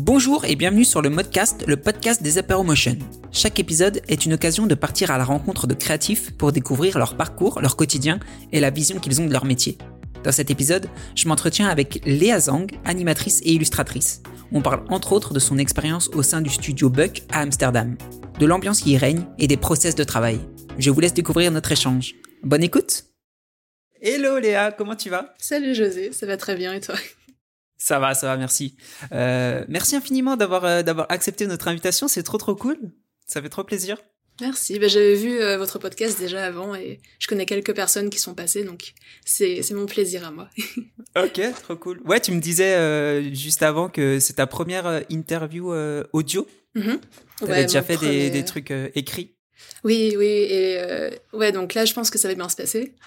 Bonjour et bienvenue sur le Modcast, le podcast des Apéromotion. Chaque épisode est une occasion de partir à la rencontre de créatifs pour découvrir leur parcours, leur quotidien et la vision qu'ils ont de leur métier. Dans cet épisode, je m'entretiens avec Léa Zhang, animatrice et illustratrice. On parle entre autres de son expérience au sein du studio Buck à Amsterdam, de l'ambiance qui y règne et des process de travail. Je vous laisse découvrir notre échange. Bonne écoute! Hello Léa, comment tu vas? Salut José, ça va très bien et toi? Ça va, merci. Merci infiniment d'avoir accepté notre invitation, c'est trop cool. Ça fait trop plaisir. Merci, j'avais vu votre podcast déjà avant et je connais quelques personnes qui sont passées, donc c'est mon plaisir à moi. Ok, trop cool. Ouais, tu me disais juste avant que c'est ta première interview audio. Mm-hmm. T'avais déjà fait des trucs écrits. Oui, et ouais, donc là je pense que ça va bien se passer.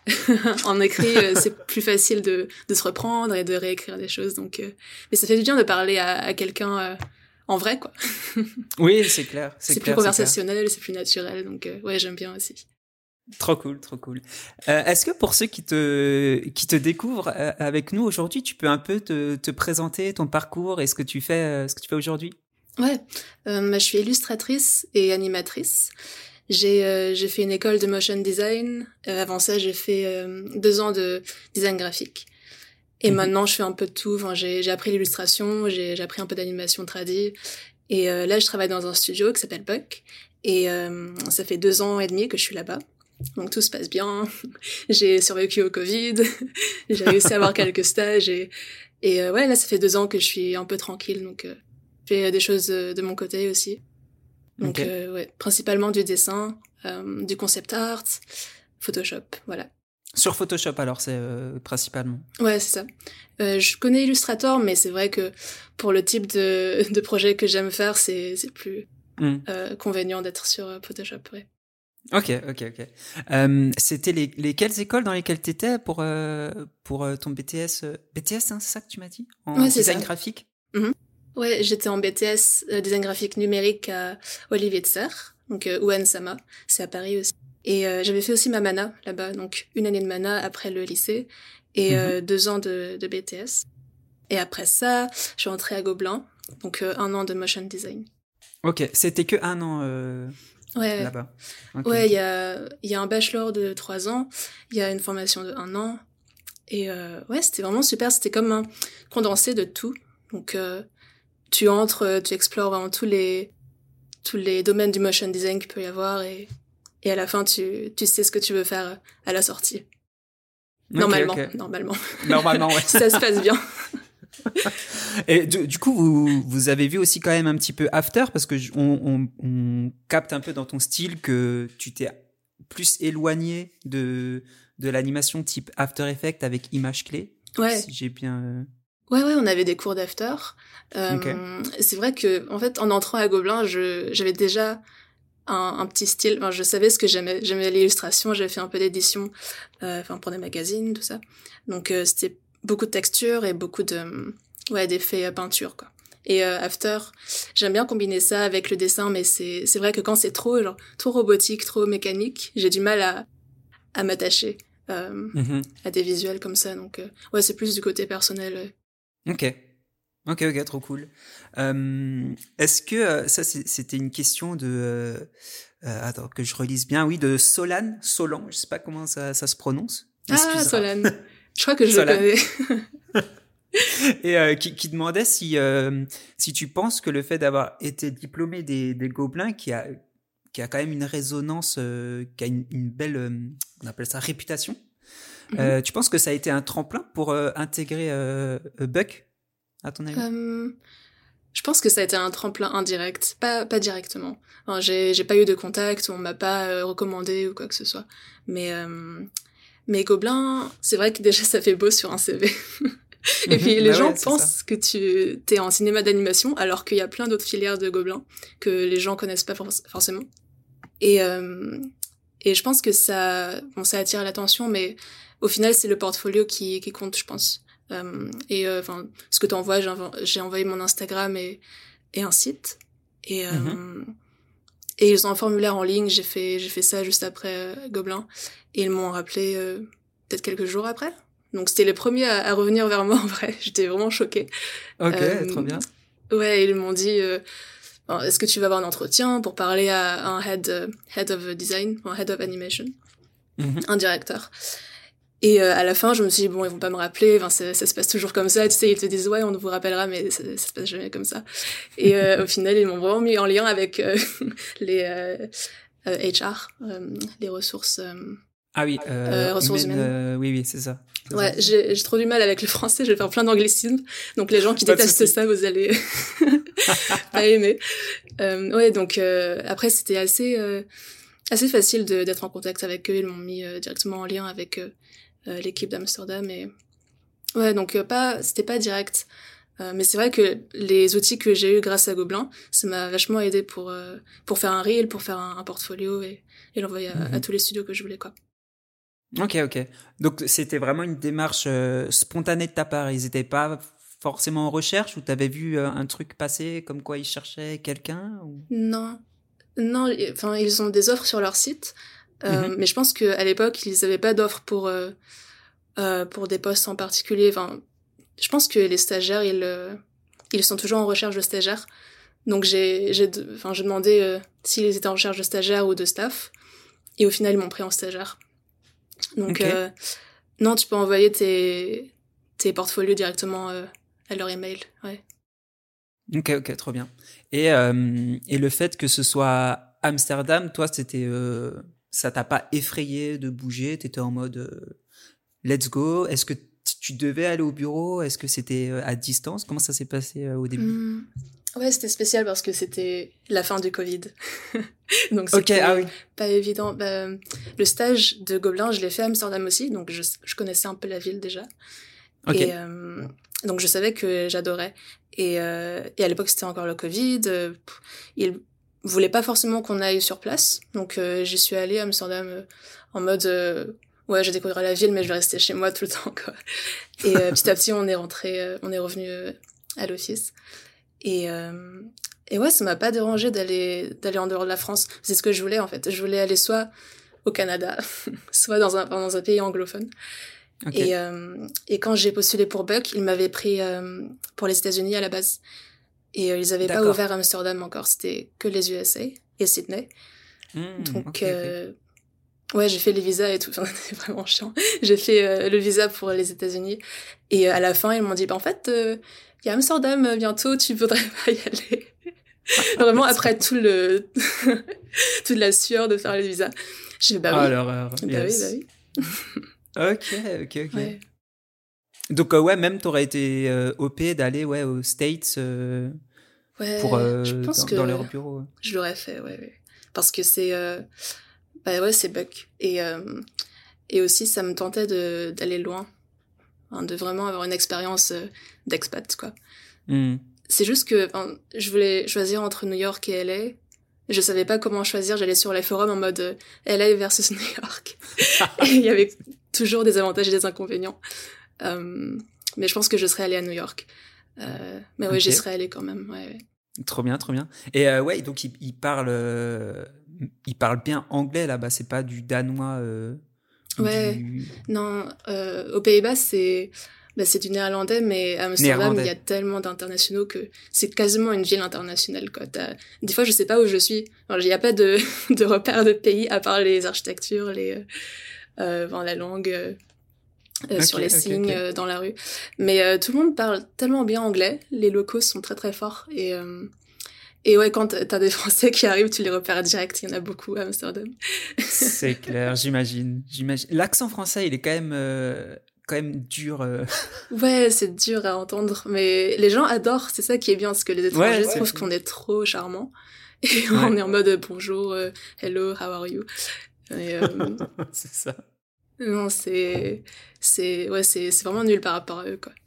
En écrit, c'est plus facile de se reprendre et de réécrire des choses, donc mais ça fait du bien de parler à quelqu'un en vrai, quoi. Oui, c'est clair. C'est plus conversationnel, c'est plus naturel, donc ouais, j'aime bien aussi. Trop cool. Est-ce que pour ceux qui te découvrent avec nous aujourd'hui, tu peux un peu te présenter ton parcours et ce que tu fais aujourd'hui? Ouais, je suis illustratrice et animatrice. J'ai fait une école de motion design. Avant ça, j'ai fait 2 ans de design graphique. Et maintenant, je fais un peu de tout. Enfin, j'ai appris l'illustration, j'ai appris un peu d'animation 3D. Et là, je travaille dans un studio qui s'appelle Buck. Et ça fait 2 ans et demi que je suis là-bas. Donc tout se passe bien. J'ai survécu au Covid. J'ai réussi à avoir quelques stages. Et ouais, là, ça fait 2 ans que je suis un peu tranquille. Donc je fais des choses de mon côté aussi. Donc ouais, principalement du dessin, du concept art, Photoshop, voilà. Sur Photoshop alors, c'est principalement. Ouais, c'est ça. Je connais Illustrator, mais c'est vrai que pour le type de projet que j'aime faire, c'est plus convenient d'être sur Photoshop, ouais. Ok. C'était lesquelles écoles dans lesquelles t'étais pour ton BTS BTS, hein, c'est ça que tu m'as dit, en design graphique? Mm-hmm. Ouais, j'étais en BTS design graphique numérique à Olivier de Serres, donc Ouansama, c'est à Paris aussi. Et j'avais fait aussi ma mana là-bas, donc 1 année de mana après le lycée et 2 ans de BTS. Et après ça, je suis entrée à Gobelin, donc 1 an de motion design. Ok, c'était que 1 an ouais, là-bas. Okay. Ouais, il y a un bachelor de 3 ans, il y a une formation de 1 an. Et ouais, c'était vraiment super, c'était comme un condensé de tout. Donc tu entres, tu explores vraiment tous les domaines du motion design qu'il peut y avoir et à la fin tu sais ce que tu veux faire à la sortie. Normalement. Normalement, ouais. Si ça se passe bien. Et du coup, vous avez vu aussi quand même un petit peu After, parce que on capte un peu dans ton style que tu t'es plus éloigné de l'animation type After Effects avec images clés. Ouais. Si j'ai bien. Ouais, on avait des cours d'After. C'est vrai que, en fait, en entrant à Gobelin, j'avais déjà un petit style. Enfin, je savais ce que j'aimais. J'aimais l'illustration. J'avais fait un peu d'édition, pour des magazines, tout ça. Donc, c'était beaucoup de textures et beaucoup d'effets peinture, quoi. Et After, j'aime bien combiner ça avec le dessin, mais c'est vrai que quand c'est trop robotique, trop mécanique, j'ai du mal à m'attacher à des visuels comme ça. Donc, ouais, c'est plus du côté personnel. Ok, trop cool. Est-ce que ça c'était une question de attends que je relise bien, oui, de Solan, je sais pas comment ça se prononce. Ah, Solan. Je crois que je le connais. Et qui demandait si tu penses que le fait d'avoir été diplômé des Gobelins, qui a quand même une résonance, qui a une belle, on appelle ça réputation. Tu penses que ça a été un tremplin pour intégrer Buck, à ton avis? Je pense que ça a été un tremplin indirect, pas directement. Enfin, j'ai pas eu de contact, on m'a pas recommandé ou quoi que ce soit. Mais Gobelin, c'est vrai que déjà ça fait beau sur un CV. Et puis les gens pensent que tu t'es en cinéma d'animation, alors qu'il y a plein d'autres filières de Gobelin que les gens connaissent pas forcément. Et je pense que ça attire l'attention, mais au final c'est le portfolio qui compte, je pense. Ce que t'envoies, j'ai envoyé mon Instagram et un site. Et ils ont un formulaire en ligne, j'ai fait ça juste après Gobelin. Et ils m'ont rappelé peut-être quelques jours après. Donc c'était les premiers à revenir vers moi en vrai. J'étais vraiment choquée. Ok, trop bien. Ouais, ils m'ont dit, est-ce que tu vas avoir un entretien pour parler à un head of design, un head of animation, un directeur. Et à la fin, je me suis dit, bon, ils vont pas me rappeler, enfin, ça se passe toujours comme ça, tu sais, ils te disent, ouais, on vous rappellera, mais ça se passe jamais comme ça. Et au final, ils m'ont vraiment mis en lien avec les HR, les ressources... Ah oui, ressources humaines. Oui, c'est ça. Ouais, j'ai trop du mal avec le français, je vais faire plein d'anglicismes, donc les gens qui détestent ça, vous allez pas aimer. Ouais, donc après, c'était assez facile d'être en contact avec eux, ils m'ont mis directement en lien avec l'équipe d'Amsterdam et ouais, donc c'était pas direct, mais c'est vrai que les outils que j'ai eu grâce à Gobelin, ça m'a vachement aidé pour faire un reel, pour faire un portfolio et l'envoyer à tous les studios que je voulais, quoi. Ok. Donc c'était vraiment une démarche spontanée de ta part, ils étaient pas forcément en recherche ou t'avais vu un truc passer comme quoi ils cherchaient quelqu'un ou... Non, enfin ils ont des offres sur leur site. Mais je pense qu'à l'époque, ils n'avaient pas d'offres pour des postes en particulier. Enfin, je pense que les stagiaires, ils sont toujours en recherche de stagiaires. Donc j'ai demandé s'ils étaient en recherche de stagiaires ou de staff. Et au final, ils m'ont pris en stagiaire. Donc non, tu peux envoyer tes portfolios directement à leur email. Ouais. Ok, trop bien. Et le fait que ce soit Amsterdam, toi, c'était ça t'a pas effrayé de bouger? T'étais en mode let's go. Est-ce que tu devais aller au bureau? Est-ce que c'était à distance? Comment ça s'est passé au début? Ouais, c'était spécial parce que c'était la fin du Covid. Donc c'était pas évident. Le stage de Gobelin, je l'ai fait à Amsterdam aussi, donc je connaissais un peu la ville déjà. Okay. Et donc je savais que j'adorais. Et à l'époque, c'était encore le Covid. Ils voulaient pas forcément qu'on aille sur place. Donc j'y suis allée à Amsterdam en mode... ouais, je découvrirai la ville, mais je vais rester chez moi tout le temps, quoi. Et petit à petit, on est revenu à l'office. Et ouais, ça m'a pas dérangé d'aller en dehors de la France. C'est ce que je voulais, en fait. Je voulais aller soit au Canada, soit dans un pays anglophone. Okay. Et quand j'ai postulé pour Buck, ils m'avaient pris pour les États-Unis à la base. Et ils avaient pas ouvert Amsterdam encore. C'était que les USA et Sydney. Donc, ouais, j'ai fait les visas et tout. Enfin, c'est vraiment chiant. J'ai fait le visa pour les États-Unis. Et à la fin, ils m'ont dit, en fait, il y a Amsterdam bientôt, tu voudrais pas y aller. Vraiment, après toute la sueur de faire les visas. J'ai dit, bah oui. L'horreur. Yes. Oui. Ok. Ouais. Donc, ouais, même t'aurais été OP d'aller aux States pour, je pense dans leur bureau. Je l'aurais fait, ouais. Parce que c'est... ouais, c'est Buck. Et aussi, ça me tentait d'aller loin. Hein, de vraiment avoir une expérience d'expat, quoi. C'est juste que je voulais choisir entre New York et LA. Je savais pas comment choisir. J'allais sur les forums en mode LA versus New York. Et il y avait toujours des avantages et des inconvénients. Mais je pense que je serais allée à New York. Mais ouais, j'y serais allée quand même. Ouais. Trop bien. Et ouais, donc il parle bien anglais là-bas. C'est pas du danois. Ouais. Non, aux Pays-Bas c'est du néerlandais, mais à Amsterdam il y a tellement d'internationaux que c'est quasiment une ville internationale, quoi. Des fois je sais pas où je suis. Il y a pas de repères de pays à part les architectures, la langue. Sur les signes dans la rue, mais tout le monde parle tellement bien anglais, les locaux sont très très forts et ouais, quand t'as des Français qui arrivent, tu les repères direct, il y en a beaucoup à Amsterdam. C'est clair, j'imagine. L'accent français, il est quand même dur. Ouais, c'est dur à entendre, mais les gens adorent, c'est ça qui est bien, parce que les étrangers trouvent qu'on est trop charmant et on est en mode bonjour, hello, how are you, et, c'est ça. Non, c'est vraiment nul par rapport à eux, quoi.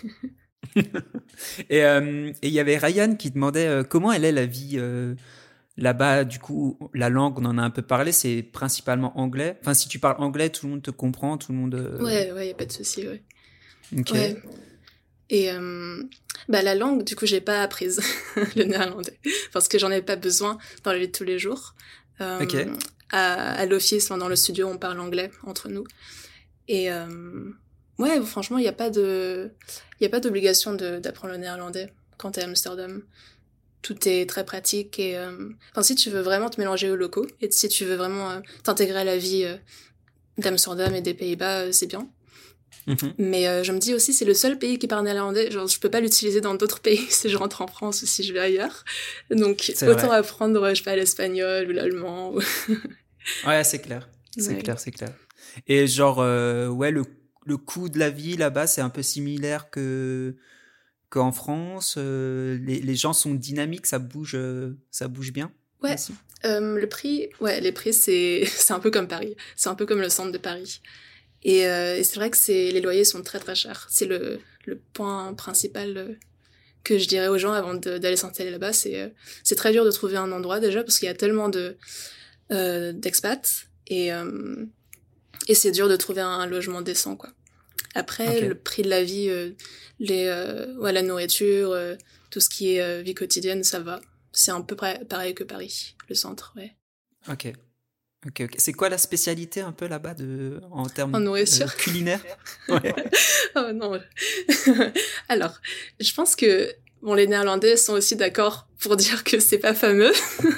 Et il y avait Ryan qui demandait comment elle est la vie là-bas. Du coup, la langue, on en a un peu parlé, c'est principalement anglais. Enfin, si tu parles anglais, tout le monde te comprend, tout le monde... Ouais, y a pas de souci, ouais. Ok. Ouais. Et la langue, du coup, j'ai pas apprise le néerlandais parce que j'en ai pas besoin dans la vie de tous les jours. Ok. À l'office, dans le studio, on parle anglais entre nous. Et ouais, franchement, il y a pas d'obligation d'apprendre le néerlandais. quand t'es à Amsterdam. Tout est très pratique et si tu veux vraiment te mélanger aux locaux et si tu veux vraiment t'intégrer à la vie d'Amsterdam et des Pays-Bas, c'est bien. Mais je me dis aussi, c'est le seul pays qui parle néerlandais. Genre, je peux pas l'utiliser dans d'autres pays si je rentre en France ou si je vais ailleurs. Donc, autant apprendre, je sais pas, l'espagnol ou l'allemand. Ouais, c'est clair. C'est clair. Et genre, le coût de la vie là-bas, c'est un peu similaire qu'en France. Les gens sont dynamiques, ça bouge bien. Ouais. Aussi. Les prix, c'est un peu comme Paris. C'est un peu comme le centre de Paris. Et c'est vrai que les loyers sont très très chers. C'est le point principal que je dirais aux gens avant d'aller s'installer là-bas. C'est très dur de trouver un endroit déjà parce qu'il y a tellement d'expats et c'est dur de trouver un logement décent, quoi. Après, le prix de la vie, la nourriture, tout ce qui est vie quotidienne, ça va. C'est un peu pareil que Paris, le centre, ouais. Ok. C'est quoi la spécialité un peu là-bas en termes culinaires? Ouais. Oh non. Alors, je pense que les Néerlandais sont aussi d'accord pour dire que c'est pas fameux.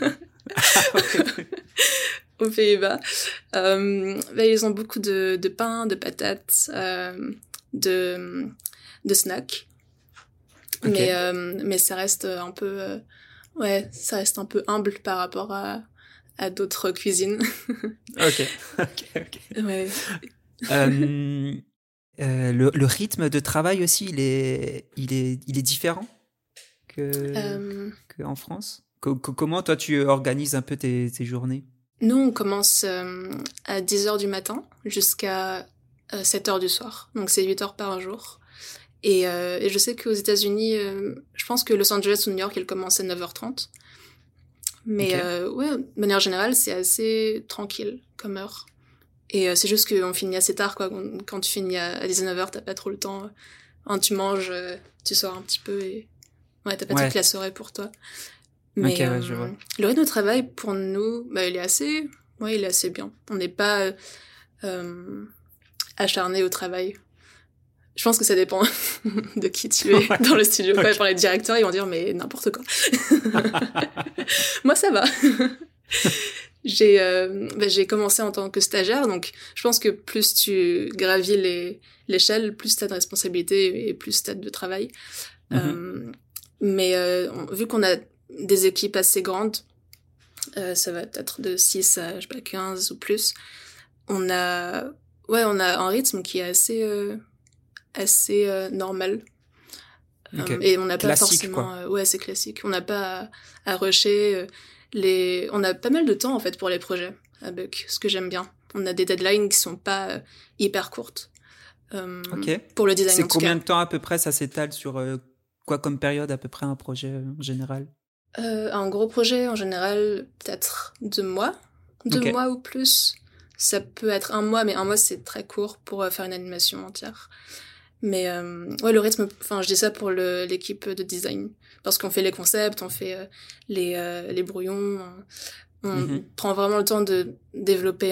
Aux Pays-Bas. Ils ont beaucoup de pain, de patates, de snacks. Okay. Mais ça reste un peu ça reste un peu humble par rapport à d'autres cuisines. Ok. Ouais. Le rythme de travail aussi, il est différent que en France. Comment toi tu organises un peu tes journées? Nous, on commence à 10h du matin jusqu'à 7h du soir. Donc c'est 8 heures par jour. Et je sais qu'aux États-Unis, je pense que Los Angeles ou New York, ils commencent à 9h30. Mais de manière générale, c'est assez tranquille comme heure. Et c'est juste qu'on finit assez tard, quoi. Quand tu finis à 19h, t'as pas trop le temps. Tu manges, tu sors un petit peu et t'as pas toute la soirée pour toi. Mais je vois. Le rythme de travail, pour nous, il est assez bien. On n'est pas acharné au travail. Je pense que ça dépend de qui tu es dans le studio. Okay. Pour les directeurs, ils vont dire, mais n'importe quoi. Moi, ça va. J'ai commencé en tant que stagiaire, donc je pense que plus tu gravis l'échelle, plus t'as de responsabilités et plus t'as de travail. Mais vu qu'on a des équipes assez grandes, ça va être de 6 à 15 ou plus, on a un rythme qui est assez normal. Okay. Et on n'a pas classique, forcément c'est classique. On n'a pas à rusher on a pas mal de temps en fait pour les projets à Buck, ce que j'aime bien. On a des deadlines qui sont pas hyper courtes. Pour le design, c'est combien de temps à peu près ça s'étale sur quoi comme période à peu près un projet en général? Un gros projet en général peut-être 2 mois. 2 mois ou plus. Ça peut être 1 mois, mais 1 mois c'est très court pour faire une animation entière. Mais le rythme, je dis ça pour l'équipe de design, parce qu'on fait les concepts, on fait les brouillons, on prend vraiment le temps de développer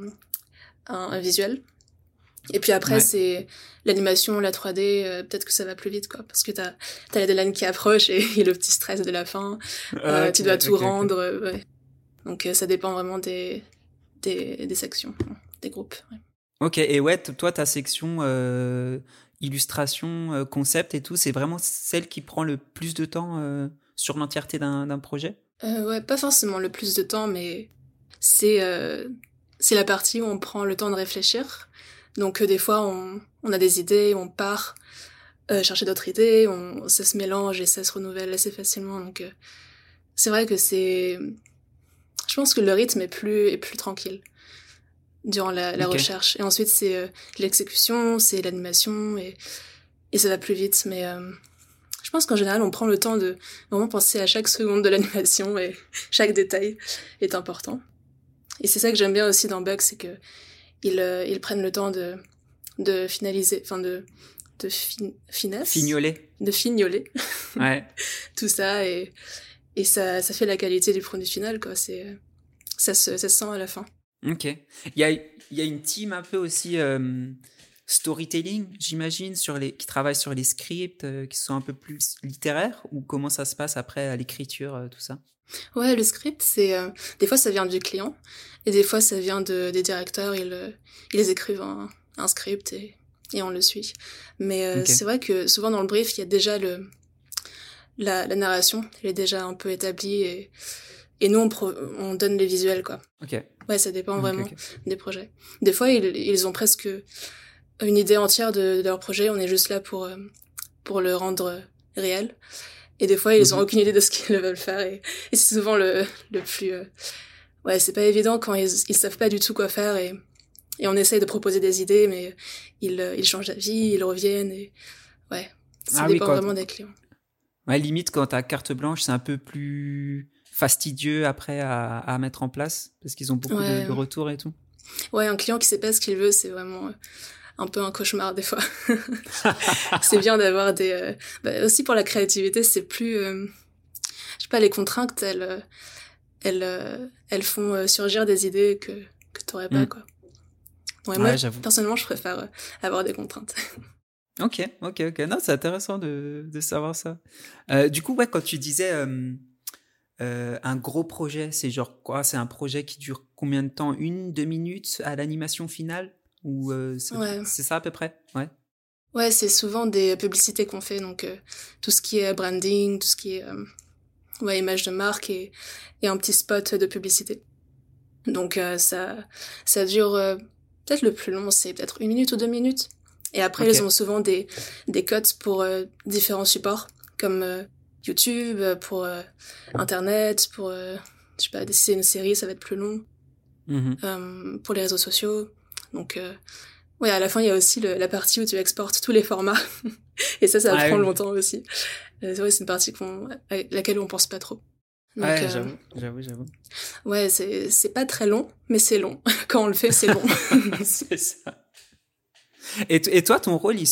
un visuel. Et puis après c'est l'animation, la 3D, peut-être que ça va plus vite, quoi, parce que t'as la deadline qui approche et le petit stress de la fin. Tu dois tout rendre. Ouais. Donc ça dépend vraiment des sections, des groupes. Ouais. Ok, et toi ta section illustration, concept et tout, c'est vraiment celle qui prend le plus de temps sur l'entièreté d'un projet? Pas forcément le plus de temps, mais c'est la partie où on prend le temps de réfléchir. Donc des fois on a des idées, on part chercher d'autres idées, ça se mélange et ça se renouvelle assez facilement. Donc c'est vrai que je pense que le rythme est plus tranquille durant la recherche. Et ensuite c'est l'exécution, c'est l'animation et ça va plus vite. Mais je pense qu'en général on prend le temps de vraiment penser à chaque seconde de l'animation et chaque détail est important. Et c'est ça que j'aime bien aussi dans Buck, c'est que ils prennent le temps de finaliser, Fignoler. De fignoler. Ouais. Tout ça et ça fait la qualité du produit final, quoi. Ça se sent à la fin. Ok. Il y a une team un peu aussi storytelling, j'imagine, qui travaillent sur les scripts, qui sont un peu plus littéraires, ou comment ça se passe après à l'écriture, tout ça? Ouais, le script, c'est des fois ça vient du client et des fois ça vient des directeurs. Ils écrivent un script et on le suit. Mais Ok. c'est vrai que souvent dans le brief, il y a déjà la narration, elle est déjà un peu établie et nous on donne les visuels quoi. Ok. Ouais, ça dépend vraiment Ok. des projets. Des fois ils ont presque une idée entière de leur projet, on est juste là pour le rendre réel. Et des fois, ils ont aucune idée de ce qu'ils veulent faire. Et c'est souvent le plus... Ouais, c'est pas évident quand ils savent pas du tout quoi faire. Et on essaye de proposer des idées, mais ils changent d'avis, ils reviennent. Et ouais, ça Ah oui, dépend vraiment des clients. Ouais, limite, quand t'as carte blanche, c'est un peu plus fastidieux après à mettre en place, parce qu'ils ont beaucoup Ouais. de retours et tout. Ouais, un client qui sait pas ce qu'il veut, c'est vraiment un peu un cauchemar des fois. C'est bien d'avoir des... aussi pour la créativité, c'est plus... je sais pas, les contraintes, elles font surgir des idées que t'aurais pas, quoi. Ouais, moi, j'avoue. personnellement, je préfère avoir des contraintes. Ok. Non, c'est intéressant de savoir ça. Du coup, ouais, quand tu disais un gros projet, c'est genre quoi? C'est un projet qui dure combien de temps? 1, 2 minutes à l'animation finale? Ou Ouais. c'est ça à peu près? Ouais. Ouais, c'est souvent des publicités qu'on fait, donc tout ce qui est branding, tout ce qui est image de marque et un petit spot de publicité. Donc ça dure peut-être le plus long, c'est peut-être 1 minute ou 2 minutes. Et après, ils ont souvent des cuts pour différents supports, comme YouTube, pour Internet, pour, je sais pas, si c'est une série, ça va être plus long, pour les réseaux sociaux. Donc, ouais, à la fin, il y a aussi la partie où tu exportes tous les formats. Et ça prend longtemps aussi. C'est vrai, c'est une partie à laquelle on pense pas trop. Donc, ouais, j'avoue. Ouais, c'est pas très long, mais c'est long. Quand on le fait, c'est long. C'est ça. Et toi, ton rôle,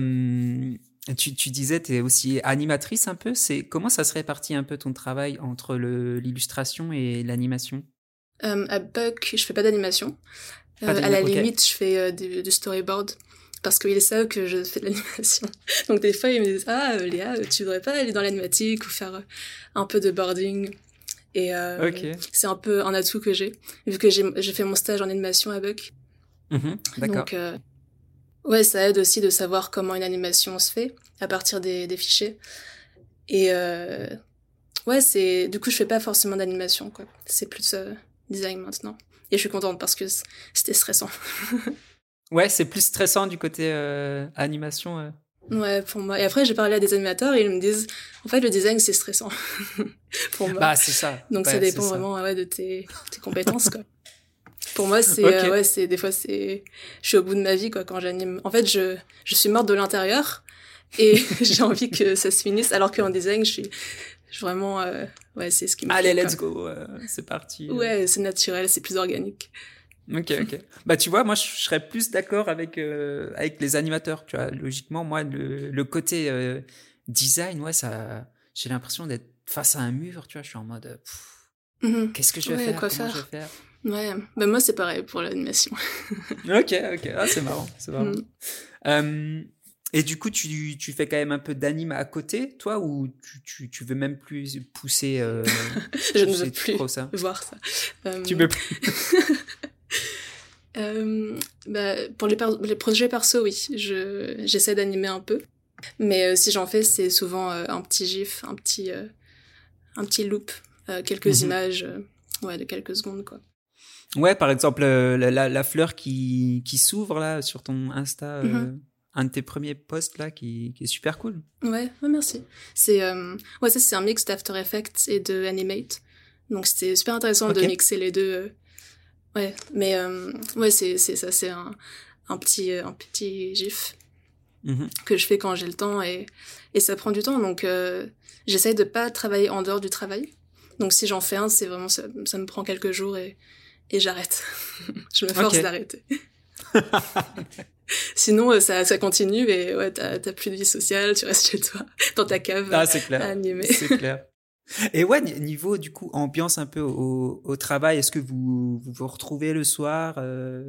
tu disais, tu es aussi animatrice un peu. Comment ça se répartit un peu ton travail entre l'illustration et l'animation? À Buck, je fais pas d'animation. À la limite, je fais du storyboard parce qu'ils savent que je fais de l'animation. Donc des fois, ils me disent « Ah, Léa, tu devrais pas aller dans l'animatique ou faire un peu de boarding ?» Et c'est un peu un atout que j'ai, vu que j'ai fait mon stage en animation à Buck. D'accord. Donc, ouais, ça aide aussi de savoir comment une animation se fait à partir des fichiers. Et ouais, du coup, je fais pas forcément d'animation, quoi. C'est plus design maintenant. Et je suis contente parce que c'était stressant. Ouais, c'est plus stressant du côté animation. Ouais, pour moi. Et après, j'ai parlé à des animateurs et ils me disent, en fait, le design, c'est stressant. Pour moi. Bah, c'est ça. Donc, ouais, ça dépend vraiment de tes compétences, quoi. Pour moi, des fois, je suis au bout de ma vie, quoi, quand j'anime. En fait, je suis morte de l'intérieur et j'ai envie que ça se finisse, alors qu'en design, je suis vraiment, ouais, c'est ce qui me plaît. Allez, let's go, c'est parti. Ouais, c'est naturel, c'est plus organique. Ok. Bah, tu vois, moi, je serais plus d'accord avec les animateurs, tu vois. Logiquement, moi, le côté design, ouais, j'ai l'impression d'être face à un mur, tu vois. Je suis en mode, qu'est-ce que je vais faire? Comment je vais faire? Ouais, bah moi, c'est pareil pour l'animation. Ok. Ah, c'est marrant. Et du coup, tu fais quand même un peu d'anime à côté, toi, ou tu veux même plus pousser je ne veux plus ça. voir ça. Tu veux plus. Bah, pour les projets perso, oui, j'essaie d'animer un peu. Mais si j'en fais, c'est souvent un petit gif, un petit loop, quelques images de quelques secondes, quoi. Ouais, par exemple, la fleur qui s'ouvre là sur ton Insta, un de tes premiers posts là qui est super cool. Ouais, merci. C'est ça, c'est un mix d'After Effects et de Animate. Donc c'était super intéressant de mixer les deux. Ouais, mais ouais, c'est ça, c'est un petit gif que je fais quand j'ai le temps et ça prend du temps. Donc j'essaye de pas travailler en dehors du travail. Donc si j'en fais un, c'est vraiment ça me prend quelques jours et j'arrête. Je me force d'arrêter. Sinon ça continue et ouais, t'as plus de vie sociale, tu restes chez toi dans ta cave à animer. C'est clair. Et ouais, niveau du coup ambiance un peu au travail, est-ce que vous retrouvez le soir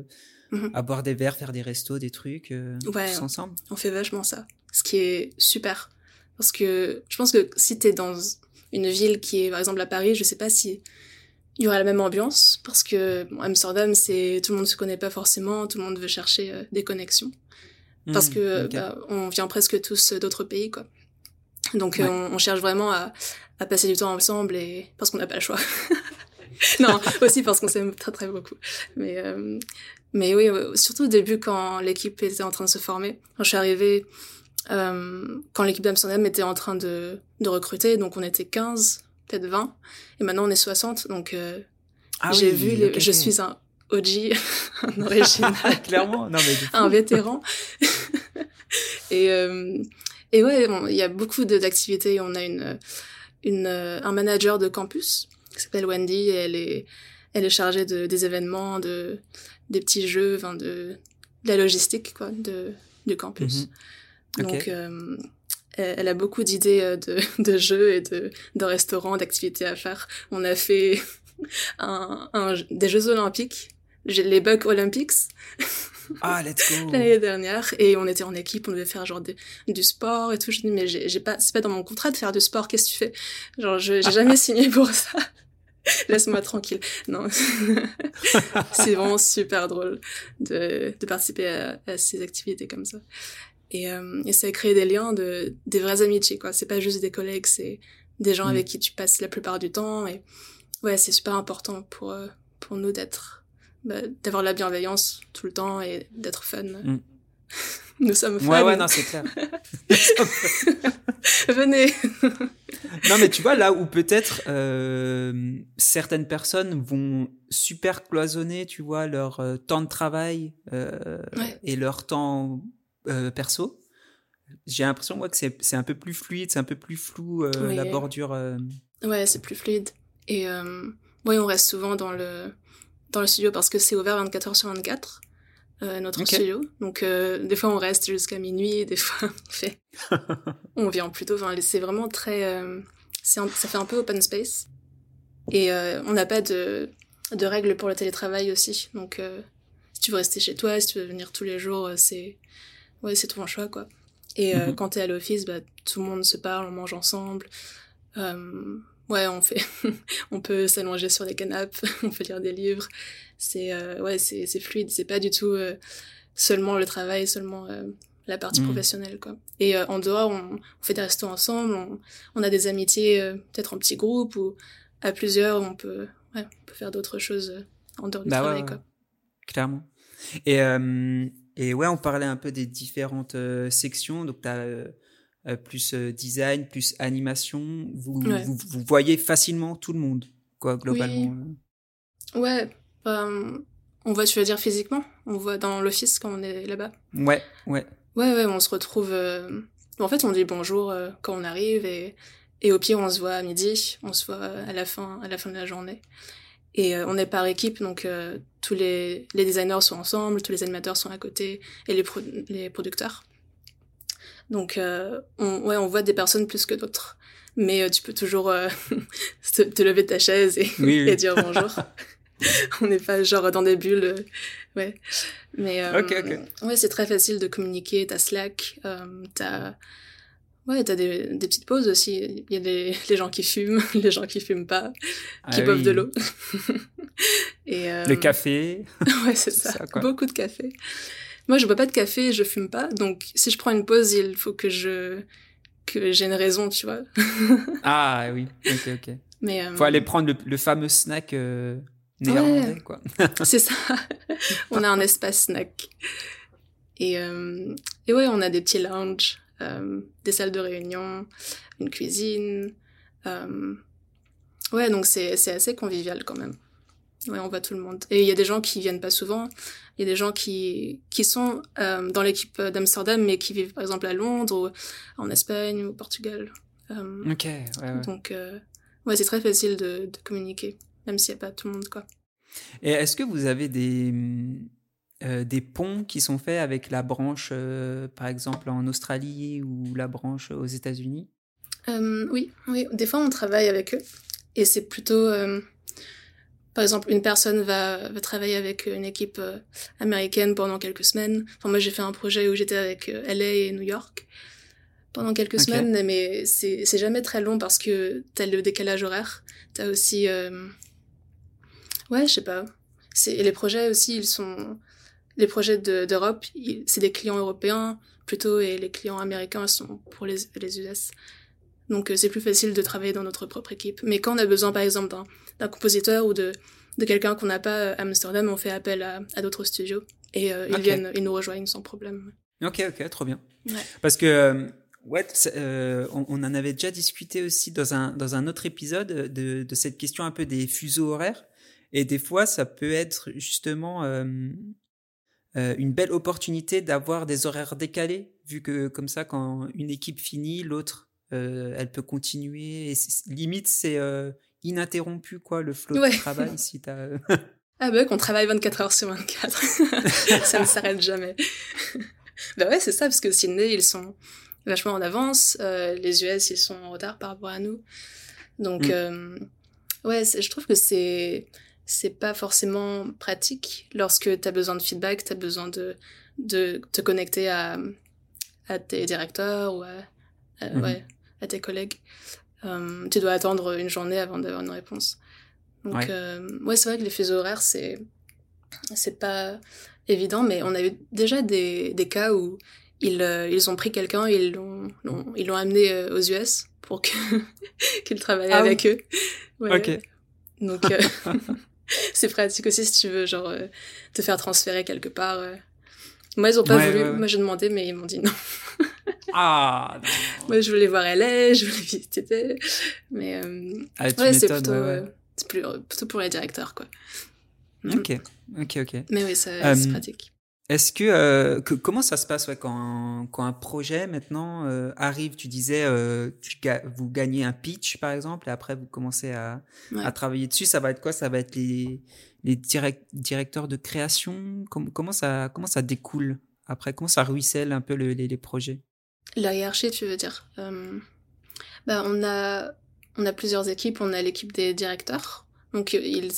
à boire des verres, faire des restos, des trucs, Ouais, tous ensemble. on fait vachement ça. Ce qui est super. Parce que je pense que si t'es dans une ville qui est, par exemple, à Paris, je sais pas si il y aura la même ambiance. Parce que bon, Amsterdam, tout le monde se connaît pas forcément, tout le monde veut chercher des connexions. Parce que Ok. on vient presque tous d'autres pays, quoi. Donc Ouais. on cherche vraiment à passer du temps ensemble et parce qu'on n'a pas le choix. Non, aussi parce qu'on s'aime très très beaucoup. Mais oui, surtout au début quand l'équipe était en train de se former. Quand je suis arrivée, quand l'équipe d'Amsterdam était en train de recruter, donc on était 15, peut-être 20, et maintenant on est 60, donc Ah j'ai oui, vu, ok, je ok. suis un OG, un original, Clairement, non mais de un fou. vétéran. Et, et ouais, bon, il y a beaucoup d'activités. On a un manager de campus qui s'appelle Wendy. Et elle est chargée des événements, des petits jeux, enfin de la logistique quoi, du campus. Ok. Donc elle a beaucoup d'idées de jeux et de restaurants, d'activités à faire. On a fait des Jeux Olympiques, les Buck Olympics. Ah, let's go. L'année dernière, et on était en équipe, on devait faire genre du sport et tout. Je dis mais j'ai pas, c'est pas dans mon contrat de faire du sport, qu'est-ce que tu fais? Genre j'ai jamais signé pour ça. Laisse-moi tranquille. Non. C'est vraiment super drôle de participer à ces activités comme ça. Et ça a créé des liens, des vraies amitiés, quoi. C'est pas juste des collègues, c'est des gens avec qui tu passes la plupart du temps. Et ouais, c'est super important pour nous d'avoir la bienveillance tout le temps et d'être fun. Nous sommes fun. Ouais, non, c'est clair. Venez. Non, mais tu vois, là où peut-être certaines personnes vont super cloisonner, tu vois, leur temps de travail Ouais. et leur temps perso, j'ai l'impression, moi, que c'est un peu plus fluide, c'est un peu plus flou, Oui. la bordure. Ouais, c'est plus fluide. Et ouais, on reste souvent dans le studio parce que c'est ouvert 24 heures sur 24, notre studio. Donc des fois on reste jusqu'à minuit, des fois on vient plus tôt. Enfin, c'est vraiment très ça fait un peu open space. Et on n'a pas de règles pour le télétravail aussi. Donc si tu veux rester chez toi, si tu veux venir tous les jours, c'est ton choix quoi. Et quand t'es à l'office, bah tout le monde se parle, on mange ensemble. Ouais, on peut s'allonger sur des canapes, on peut lire des livres. C'est fluide, c'est pas du tout seulement le travail, seulement la partie professionnelle quoi. Et en dehors, on fait des restos ensemble, on a des amitiés peut-être en petits groupes ou à plusieurs, on peut faire d'autres choses en dehors du travail Ouais, quoi. clairement. Et ouais, on parlait un peu des différentes sections. Donc, tu as plus design, plus animation. Vous voyez facilement tout le monde, quoi, globalement. Oui. Ouais. On voit, tu veux dire physiquement? On voit dans l'office quand on est là-bas? Ouais. Ouais, on se retrouve... En fait, on dit bonjour quand on arrive et au pire, on se voit à midi, on se voit à la fin de la journée. Et on est par équipe, donc tous les designers sont ensemble, tous les animateurs sont à côté et les producteurs. Donc on voit des personnes plus que d'autres. Mais tu peux toujours te lever de ta chaise et dire bonjour. On n'est pas genre dans des bulles. Ouais. Mais ouais, c'est très facile de communiquer. T'as Slack, t'as des petites pauses aussi. Il y a les gens qui fument, les gens qui fument pas, qui boivent de l'eau. Et le café. Ouais, c'est ça quoi. Beaucoup de café. Moi, je bois pas de café, je fume pas. Donc, si je prends une pause, il faut que j'ai une raison, tu vois. Ah oui, ok. Mais faut aller prendre le fameux snack néerlandais, quoi. C'est ça. On a un espace snack. Et ouais, on a des petits lounges, des salles de réunion, une cuisine. Ouais, donc c'est assez convivial quand même. Ouais, on voit tout le monde. Et il y a des gens qui viennent pas souvent. Il y a des gens qui sont dans l'équipe d'Amsterdam, mais qui vivent par exemple à Londres, ou en Espagne, ou au Portugal. Ok, ouais. Donc, ouais, c'est très facile de communiquer, même s'il n'y a pas tout le monde, quoi. Et est-ce que vous avez des ponts qui sont faits avec la branche, par exemple, en Australie ou la branche aux États-Unis? Oui. Des fois, on travaille avec eux. Et c'est plutôt... par exemple, une personne va travailler avec une équipe américaine pendant quelques semaines. Enfin, moi, j'ai fait un projet où j'étais avec LA et New York pendant quelques semaines, mais c'est jamais très long parce que t'as le décalage horaire. T'as aussi... ouais, je sais pas. Les projets aussi, les projets d'Europe, c'est des clients européens plutôt, et les clients américains sont pour les US. Donc c'est plus facile de travailler dans notre propre équipe. Mais quand on a besoin, par exemple, d'un compositeur ou de quelqu'un qu'on n'a pas à Amsterdam, on fait appel à d'autres studios. Et ils nous rejoignent sans problème. Ok, trop bien. Ouais. Parce que on en avait déjà discuté aussi dans un autre épisode de cette question un peu des fuseaux horaires. Et des fois, ça peut être justement une belle opportunité d'avoir des horaires décalés, vu que comme ça, quand une équipe finit, l'autre, elle peut continuer. Et limite, c'est ininterrompu, quoi, le flow de travail. Si t'as... Ah bah qu'on travaille 24 heures sur 24. Ça ne s'arrête jamais. Bah ouais, c'est ça, parce que Sydney, ils sont vachement en avance. Les US, ils sont en retard par rapport à nous. Donc, ouais, je trouve que c'est pas forcément pratique lorsque t'as besoin de feedback, t'as besoin de te connecter à tes directeurs ou à tes collègues. Tu dois attendre une journée avant d'avoir une réponse. Donc, ouais, c'est vrai que les fuseaux horaires, c'est pas évident, mais on a eu déjà des cas où ils ont pris quelqu'un, ils l'ont amené aux US pour qu'il travaille avec eux. Ouais. Ok. Donc, c'est pratique aussi si tu veux, genre, te faire transférer quelque part. Moi, ils ont pas voulu. Moi, j'ai demandé, mais ils m'ont dit non. Ah, non. Moi, je voulais voir LA, je voulais visiter. Mais, ouais, c'est plutôt, c'est plutôt pour les directeurs, quoi. Ok. Mais oui, c'est pratique. Est-ce que comment ça se passe quand un projet maintenant arrive? Tu disais vous gagnez un pitch par exemple et après vous commencez à travailler dessus. Ça va être quoi? Ça va être les directeurs de création. Comment ça découle après? Comment ça ruisselle un peu les projets? La hiérarchie, tu veux dire? Bah on a plusieurs équipes. On a l'équipe des directeurs. Donc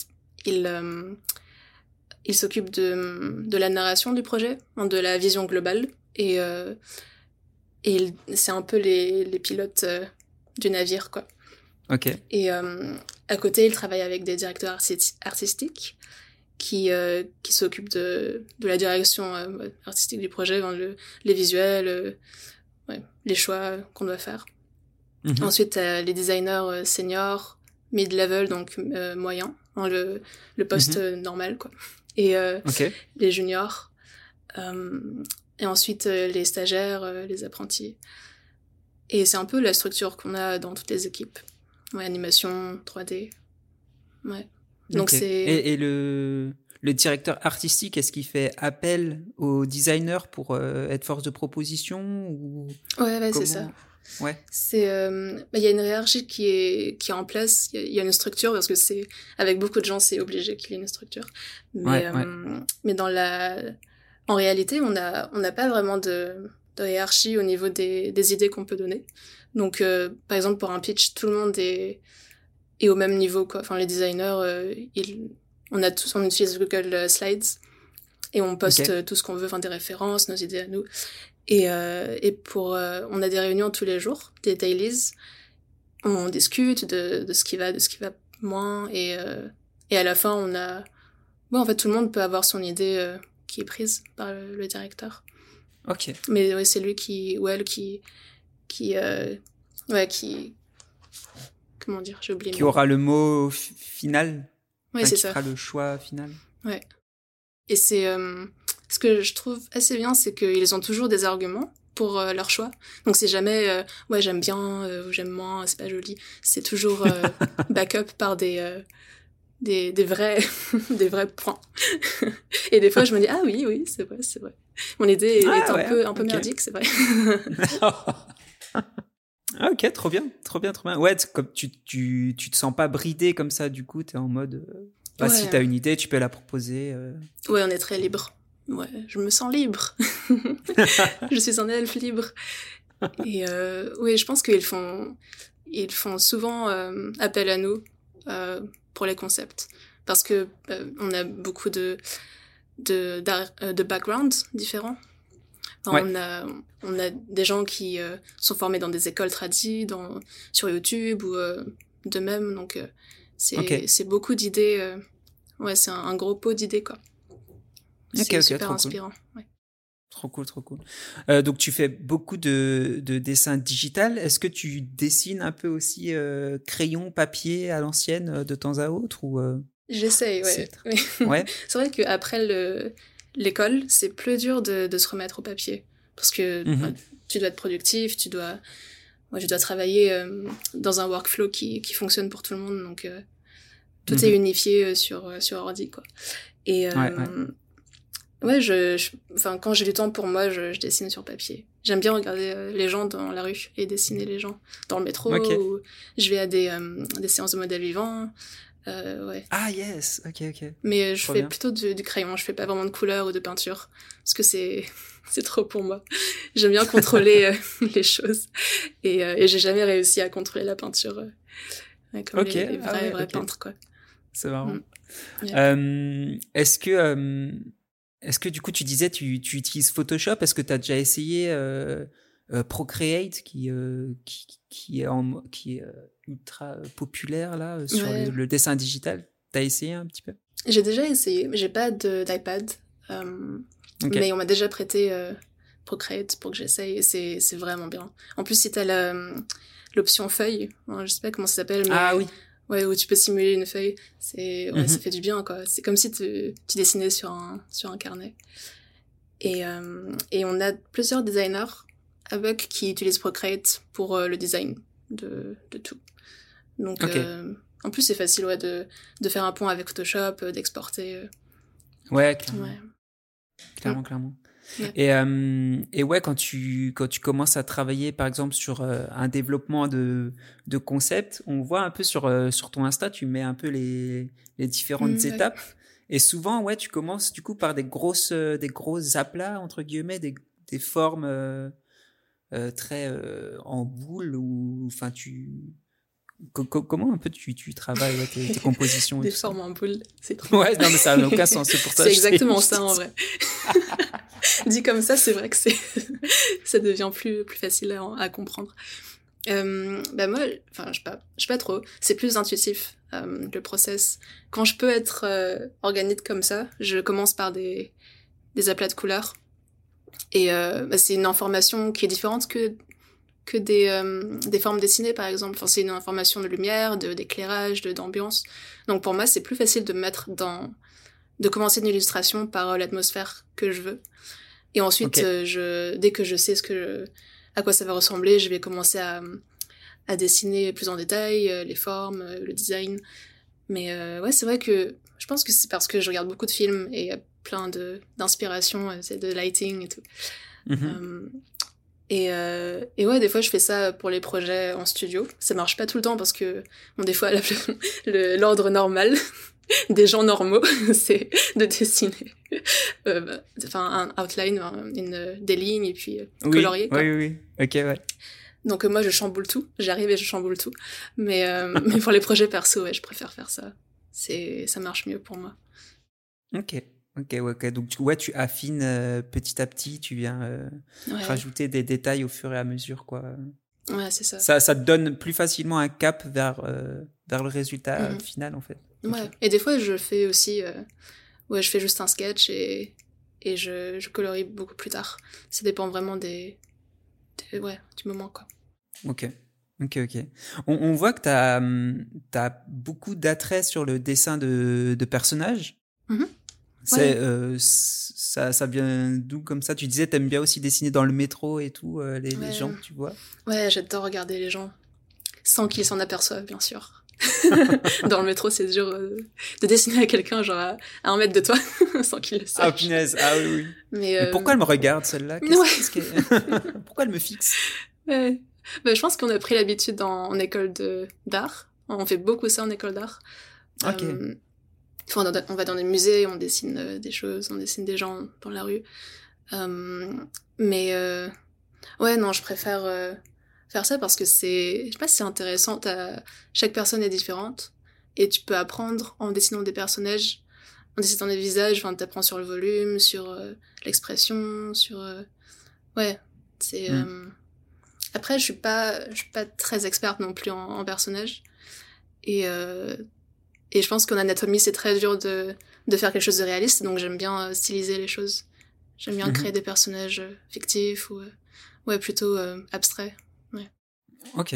ils s'occupent de la narration du projet, de la vision globale, et c'est un peu les pilotes du navire, quoi. Ok. Et à côté, ils travaillent avec des directeurs artistiques qui s'occupent de la direction artistique du projet, les visuels, les choix qu'on doit faire. Mm-hmm. Ensuite, les designers seniors, mid-level, donc moyen, le poste normal, quoi. Et les juniors. Et ensuite, les stagiaires, les apprentis. Et c'est un peu la structure qu'on a dans toutes les équipes. Ouais, animation, 3D. Ouais. Donc Et le directeur artistique, est-ce qu'il fait appel au designer pour être force de proposition ou... Ouais, c'est ça. Ouais. C'est il y a une hiérarchie qui est en place, il y a une structure parce que c'est avec beaucoup de gens, c'est obligé qu'il y ait une structure. Mais mais en réalité, on n'a pas vraiment de hiérarchie au niveau des idées qu'on peut donner. Donc par exemple pour un pitch, tout le monde est au même niveau, quoi. Enfin les designers on utilise Google Slides et on poste tout ce qu'on veut, enfin des références, nos idées à nous. Et on a des réunions tous les jours, des dailies. On discute de ce qui va moins, et à la fin en fait tout le monde peut avoir son idée qui est prise par le directeur. Ok. Mais ouais, c'est lui comment dire, j'ai oublié. Qui aura le mot final. Ouais, c'est ça. Qui fera le choix final. Ouais. Et c'est ce que je trouve assez bien, c'est qu'ils ont toujours des arguments pour leur choix. Donc c'est jamais ouais, j'aime bien ou j'aime moins, c'est pas joli. C'est toujours backup par des vrais des vrais points. Et des fois je me dis oui, c'est vrai. Mon idée est un peu merdique, c'est vrai. Ok, trop bien. Ouais, comme tu te sens pas bridé comme ça, du coup, t'es en mode si t'as une idée, tu peux la proposer. Ouais, on est très libre. Ouais, je me sens libre. Je suis un elfe libre. Et oui, je pense qu'ils font souvent appel à nous pour les concepts. parce que on a beaucoup de backgrounds différents. Enfin, on a des gens qui sont formés dans des écoles tradies, sur YouTube ou de même, donc c'est beaucoup d'idées. Ouais, c'est un gros pot d'idées, quoi. C'est super inspirant. Cool. Ouais. Trop cool. Donc tu fais beaucoup de dessins digital. Est-ce que tu dessines un peu aussi crayon, papier à l'ancienne de temps à autre ou J'essaye, ouais. Ouais. C'est vrai qu'après l'école, c'est plus dur de se remettre au papier. Parce que tu dois être productif, moi, je dois travailler dans un workflow qui fonctionne pour tout le monde. Donc, tout est unifié sur ordi, quoi. Et enfin, quand j'ai du temps pour moi, je dessine sur papier. J'aime bien regarder les gens dans la rue et dessiner les gens dans le métro. Ou je vais à des séances de modèles vivants. Ouais. Ah yes, ok. Mais je fais plutôt du crayon, je fais pas vraiment de couleur ou de peinture, parce que c'est trop pour moi. J'aime bien contrôler les choses, et j'ai jamais réussi à contrôler la peinture comme les vrais peintres, quoi. C'est marrant. Yeah. Est-ce que du coup tu disais tu utilises Photoshop? Est-ce que tu as déjà essayé Procreate qui est ultra populaire là sur le dessin digital? T'as essayé un petit peu? J'ai déjà essayé, mais j'ai pas d'iPad. Mais on m'a déjà prêté Procreate pour que j'essaye, et c'est vraiment bien. En plus, si t'as l'option feuille, je sais pas comment ça s'appelle, mais ah oui. Ouais, où tu peux simuler une feuille, ça fait du bien, quoi. C'est comme si tu dessinais sur un carnet. Et on a plusieurs designers avec qui utilisent Procreate pour le design de tout. Donc, en plus, c'est facile, de faire un pont avec Photoshop, d'exporter. Ouais, clairement. Ouais. Clairement. Ouais. Et ouais, quand tu commences à travailler, par exemple, sur un développement de concept, on voit un peu sur ton Insta, tu mets un peu les différentes étapes. Et souvent, ouais, tu commences du coup par des grosses aplats, entre guillemets, des formes très en boule, ou enfin comment un peu tu travailles tes compositions des et tout formes ça. en boule, c'est trop. Ouais, non mais ça n'a aucun sens, c'est pour ça. C'est exactement ça en vrai. Dit comme ça, c'est vrai que ça devient plus facile à comprendre. Moi, enfin, je sais pas trop. C'est plus intuitif, le process. Quand je peux être organique comme ça, je commence par des aplats de couleurs. Et c'est une information qui est différente que des formes dessinées, par exemple. Enfin, c'est une information de lumière, d'éclairage, d'ambiance. Donc pour moi, c'est plus facile de commencer une illustration par l'atmosphère que je veux. Et ensuite, dès que je sais à quoi ça va ressembler, je vais commencer à dessiner plus en détail les formes, le design. Mais ouais, c'est vrai que je pense que c'est parce que je regarde beaucoup de films et il y a plein d'inspiration, c'est de lighting et tout. Et ouais, des fois je fais ça pour les projets en studio. Ça marche pas tout le temps parce que des fois l'ordre normal des gens normaux, c'est de dessiner un outline, des lignes et puis colorier, quoi. Oui. Ok, ouais. Donc moi je chamboule tout, j'arrive et je chamboule tout. Mais pour les projets perso, ouais, je préfère faire ça. Ça marche mieux pour moi. Ok. Donc tu affines petit à petit, tu viens rajouter des détails au fur et à mesure, quoi. Ouais, c'est ça. Ça te donne plus facilement un cap vers le résultat final, en fait. Ouais. Okay. Et des fois je fais aussi je fais juste un sketch et je colorie beaucoup plus tard. Ça dépend vraiment du moment, quoi. Ok. On voit que t'as beaucoup d'attrait sur le dessin de personnages. Ça vient d'où comme ça? Tu disais t'aimes bien aussi dessiner dans le métro et tout, les gens que tu vois. Ouais, j'adore regarder les gens sans qu'ils s'en aperçoivent, bien sûr. Dans le métro, c'est dur de dessiner à quelqu'un genre à 1 mètre de toi sans qu'il le sache. Ah punaise, ah oui. Mais pourquoi elle me regarde celle-là? Pourquoi elle me fixe? Ouais. Je pense qu'on a pris l'habitude en école d'art. On fait beaucoup ça en école d'art. Ok. On va dans des musées, on dessine des choses, on dessine des gens dans la rue. Ouais, non, je préfère faire ça parce que je sais pas si c'est intéressant. Chaque personne est différente et tu peux apprendre en dessinant des personnages, en dessinant des visages, enfin t'apprends sur le volume, sur l'expression, sur ouais, c'est après je suis pas très experte non plus en personnages et je pense qu'en anatomie c'est très dur de faire quelque chose de réaliste, donc j'aime bien styliser les choses. J'aime bien créer des personnages fictifs ou ouais, plutôt abstraits. Ouais. Ok.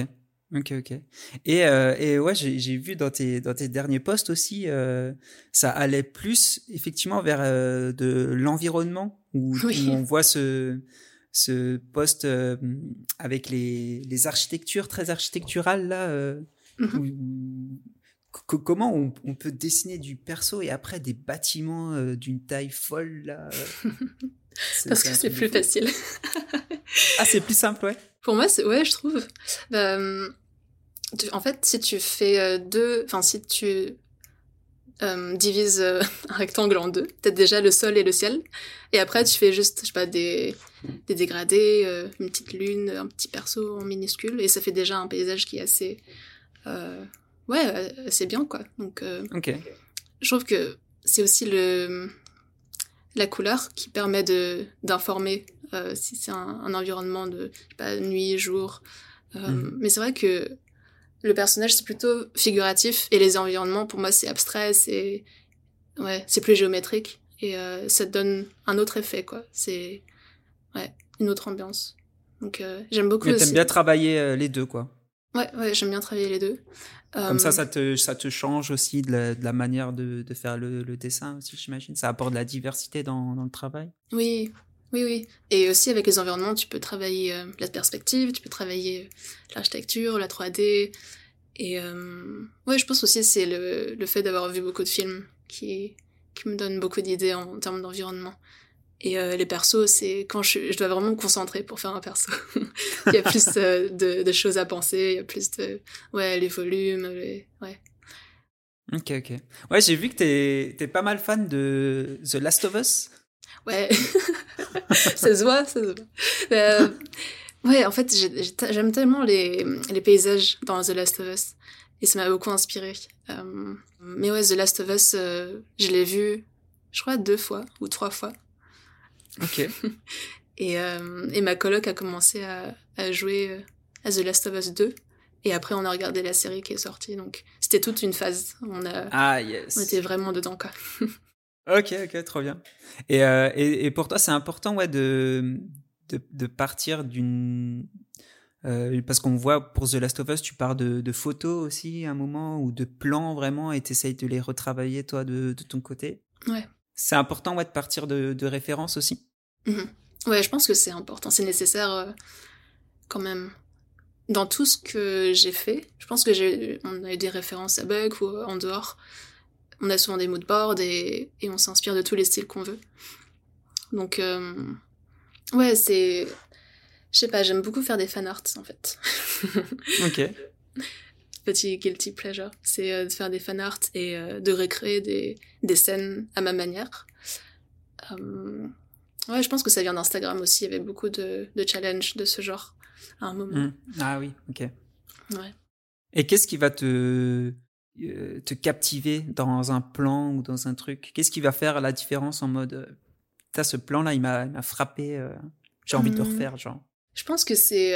Et ouais, j'ai vu dans tes derniers posts aussi, ça allait plus effectivement vers de l'environnement où on voit ce post avec les architectures très architecturales là. Comment on peut dessiner du perso et après des bâtiments d'une taille folle là. Parce que c'est plus facile. Ah, c'est plus simple, ouais. Pour moi, ouais, je trouve. En fait, si tu fais si tu divises un rectangle en deux, t'as déjà le sol et le ciel, et après tu fais juste, je sais pas, des dégradés, une petite lune, un petit perso en minuscule, et ça fait déjà un paysage qui est assez, ouais, assez bien, quoi. Donc, je trouve que c'est aussi la couleur qui permet d'informer si c'est un environnement de, je sais pas, nuit, jour. Mais c'est vrai que le personnage, c'est plutôt figuratif, et les environnements, pour moi, c'est abstrait, c'est plus géométrique, et ça te donne un autre effet, quoi. C'est, ouais, une autre ambiance. Donc, j'aime beaucoup aussi. Mais t'aimes bien travailler les deux, quoi. Ouais, j'aime bien travailler les deux. Comme ça te change aussi de la manière de faire le dessin aussi, j'imagine. Ça apporte de la diversité dans le travail. Oui. Et aussi, avec les environnements, tu peux travailler la perspective, tu peux travailler l'architecture, la 3D. Et ouais, je pense aussi c'est le fait d'avoir vu beaucoup de films qui me donne beaucoup d'idées en termes d'environnement. Et les persos, c'est quand je dois vraiment me concentrer pour faire un perso. Il y a plus de choses à penser, il y a plus de... Ouais, les volumes, ouais. Ok. Ouais, j'ai vu que t'es pas mal fan de The Last of Us. Ouais, ça se voit. Ouais, en fait, j'aime tellement les paysages dans The Last of Us. Et ça m'a beaucoup inspiré. Mais ouais, The Last of Us, je l'ai vu, je crois, 2 fois ou 3 fois. Ok. Et ma coloc a commencé à jouer à The Last of Us 2. Et après, on a regardé la série qui est sortie. Donc, c'était toute une phase. On était vraiment dedans, quoi. Ok, trop bien. Et pour toi, c'est important, ouais, de partir d'une... parce qu'on voit pour The Last of Us, tu pars de photos aussi à un moment, ou de plans vraiment, et t'essayes de les retravailler, toi, de ton côté. Ouais. C'est important, ouais, de partir de références aussi. Ouais, je pense que c'est important. C'est nécessaire quand même. Dans tout ce que j'ai fait, je pense que on a eu des références à Buck ou en dehors. On a souvent des moodboards et on s'inspire de tous les styles qu'on veut. Donc, ouais, c'est... Je sais pas, j'aime beaucoup faire des fanarts, en fait. Ok. Petit guilty pleasure. C'est de faire des fanarts et de recréer des scènes à ma manière. Ouais, je pense que ça vient d'Instagram aussi. Il y avait beaucoup de challenges de ce genre à un moment. Ah oui, ok. Ouais. Et qu'est-ce qui va te captiver dans un plan ou dans un truc? Qu'est-ce qui va faire la différence en mode ce plan-là, il m'a frappé, j'ai envie de le refaire, genre. Je pense que c'est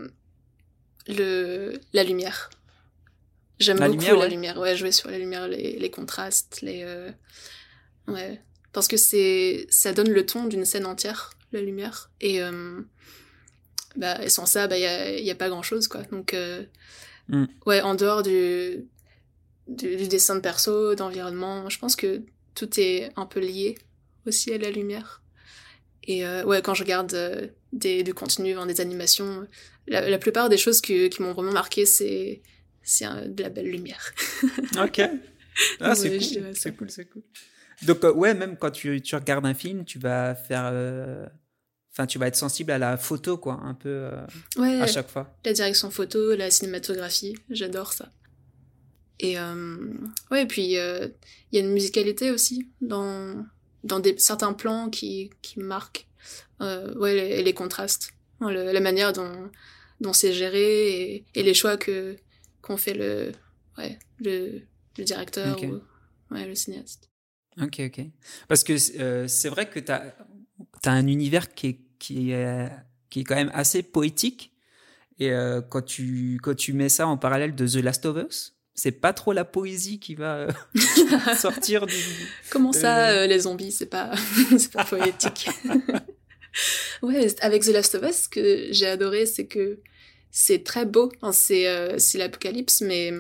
la lumière. J'aime beaucoup la lumière. Ouais, jouer sur la lumière, les contrastes, ouais. Parce que ça donne le ton d'une scène entière, la lumière. Et sans ça, y a pas grand-chose, quoi. Donc, ouais, en dehors du dessin de perso, d'environnement, je pense que tout est un peu lié aussi à la lumière. Et ouais, quand je regarde du contenu, des animations, la plupart des choses qui m'ont vraiment marqué, c'est de la belle lumière. Ok. Ah, c'est cool. C'est cool. Donc, ouais, même quand tu regardes un film, tu vas faire... tu vas être sensible à la photo, quoi, un peu ouais, à chaque fois. La direction photo, la cinématographie, j'adore ça. Et ouais, puis il y a une musicalité aussi dans certains plans qui me marquent. Ouais, les contrastes, la manière dont c'est géré et les choix qu'on fait le directeur Ok. ou le cinéaste. Ok. Parce que c'est vrai que t'as un univers qui est quand même assez poétique. Et quand tu mets ça en parallèle de The Last of Us, c'est pas trop la poésie qui va sortir du. Comment ça, les zombies, c'est pas, c'est pas poétique. Ouais, avec The Last of Us, ce que j'ai adoré, c'est que c'est très beau. Enfin, c'est l'apocalypse, mais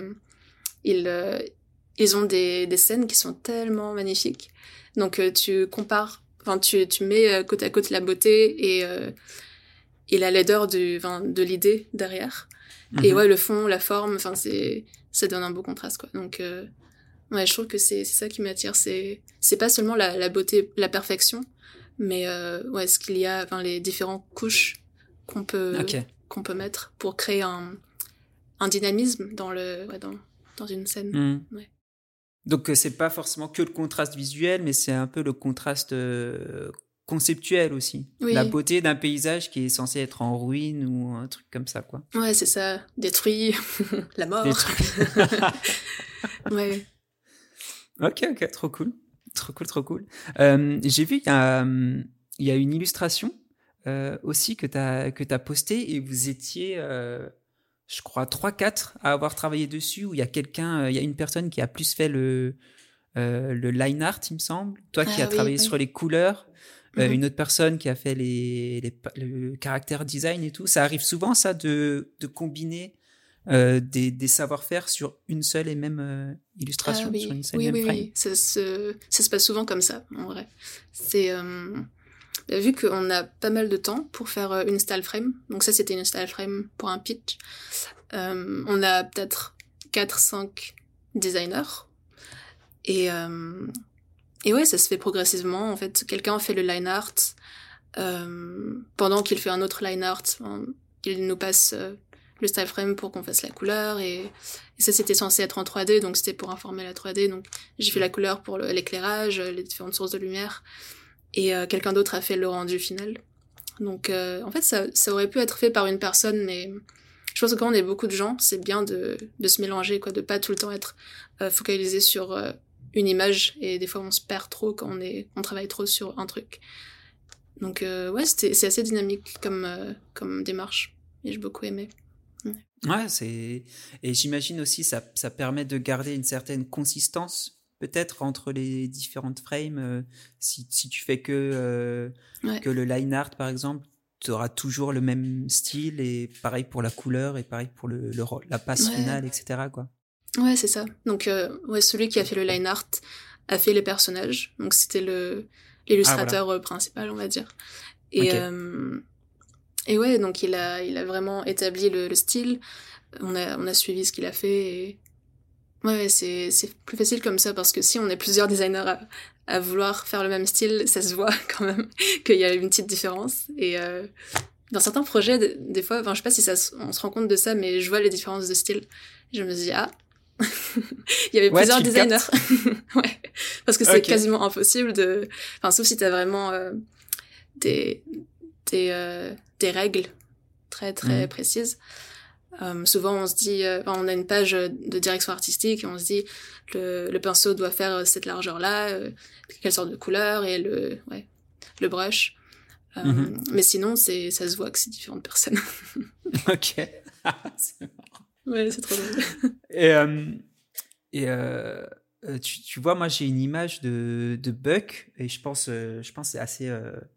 ils ont des scènes qui sont tellement magnifiques. Donc tu compares, enfin tu mets côte à côte la beauté et la laideur de l'idée derrière. Et ouais, le fond, la forme, enfin ça donne un beau contraste quoi. Donc ouais, je trouve que c'est ça qui m'attire, c'est pas seulement la beauté, la perfection, mais ouais, ce qu'il y a, enfin les différentes couches qu'on peut mettre pour créer un dynamisme dans une scène. Ouais. Donc c'est pas forcément que le contraste visuel, mais c'est un peu le contraste conceptuel aussi. Oui. La beauté d'un paysage qui est censé être en ruine ou un truc comme ça, quoi. Ouais, c'est ça. Détruit, la mort. Détruit. Ouais. Ok, trop cool. Trop cool. J'ai vu qu'il y a une illustration aussi que t'as postée et vous étiez, je crois, 3-4 à avoir travaillé dessus, où il y a une personne qui a plus fait le line art, il me semble. Toi qui as travaillé sur les couleurs, une autre personne qui a fait le caractère design et tout. Ça arrive souvent, ça, de combiner des savoir-faire sur une seule et même illustration, sur une seule et même frame. Oui. Ça se passe souvent comme ça, en vrai. C'est vu qu'on a pas mal de temps pour faire une style frame. Donc ça, c'était une style frame pour un pitch. On a peut-être 4-5 designers. Et ouais, ça se fait progressivement. En fait, quelqu'un fait le line art. Pendant qu'il fait un autre line art, il nous passe le style frame pour qu'on fasse la couleur. Et ça, c'était censé être en 3D, donc c'était pour informer la 3D. Donc j'ai fait la couleur pour l'éclairage, les différentes sources de lumière. Et quelqu'un d'autre a fait le rendu final. Donc en fait, ça aurait pu être fait par une personne, mais je pense que quand on est beaucoup de gens, c'est bien de se mélanger, quoi, de pas tout le temps être focalisé sur une image, et des fois on se perd trop quand on travaille trop sur un truc. Donc ouais, c'est assez dynamique comme démarche, et j'ai beaucoup aimé. Ouais, et j'imagine aussi ça permet de garder une certaine consistance peut-être entre les différentes frames. Si tu fais que le line art par exemple, tu auras toujours le même style, et pareil pour la couleur, et pareil pour la passe finale, etc. quoi. Ouais, c'est ça. Donc ouais, celui qui a fait le line art a fait les personnages. Donc c'était l'illustrateur principal, on va dire. Et et ouais, donc il a vraiment établi le style. On a suivi ce qu'il a fait. Et ouais, c'est plus facile comme ça, parce que si on est plusieurs designers à vouloir faire le même style, ça se voit quand même qu'il y a une petite différence. Et dans certains projets, des fois, enfin je sais pas si on se rend compte de ça, mais je vois les différences de style. Je me dis il y avait plusieurs designers. Ouais, parce que c'est quasiment impossible enfin sauf si t'as vraiment des règles très très précises. Souvent on se dit, on a une page de direction artistique et on se dit le pinceau doit faire cette largeur là, quelle sorte de couleur, et le brush. Mais sinon ça se voit que c'est différentes personnes. Ok. C'est marrant. Ouais, c'est trop drôle. Tu vois, moi j'ai une image de Buck, et je pense c'est assez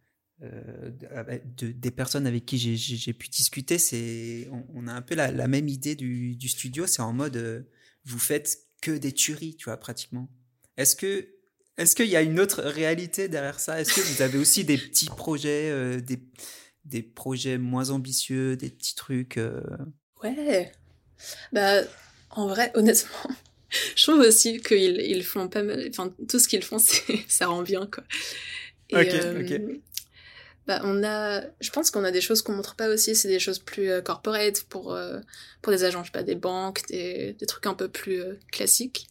des personnes avec qui j'ai pu discuter, on a un peu la même idée du studio. C'est en mode vous faites que des tueries, tu vois, pratiquement. Est-ce qu'il y a une autre réalité derrière ça? Est-ce que vous avez aussi des petits projets, des projets moins ambitieux, des petits trucs Ouais. Bah, en vrai, honnêtement, je trouve aussi qu'ils font pas mal. Enfin, tout ce qu'ils font, ça rend bien, quoi. Et, ok. Bah, je pense qu'on a des choses qu'on montre pas aussi. C'est des choses plus corporate pour des agents, je sais pas, des banques, des trucs un peu plus classiques.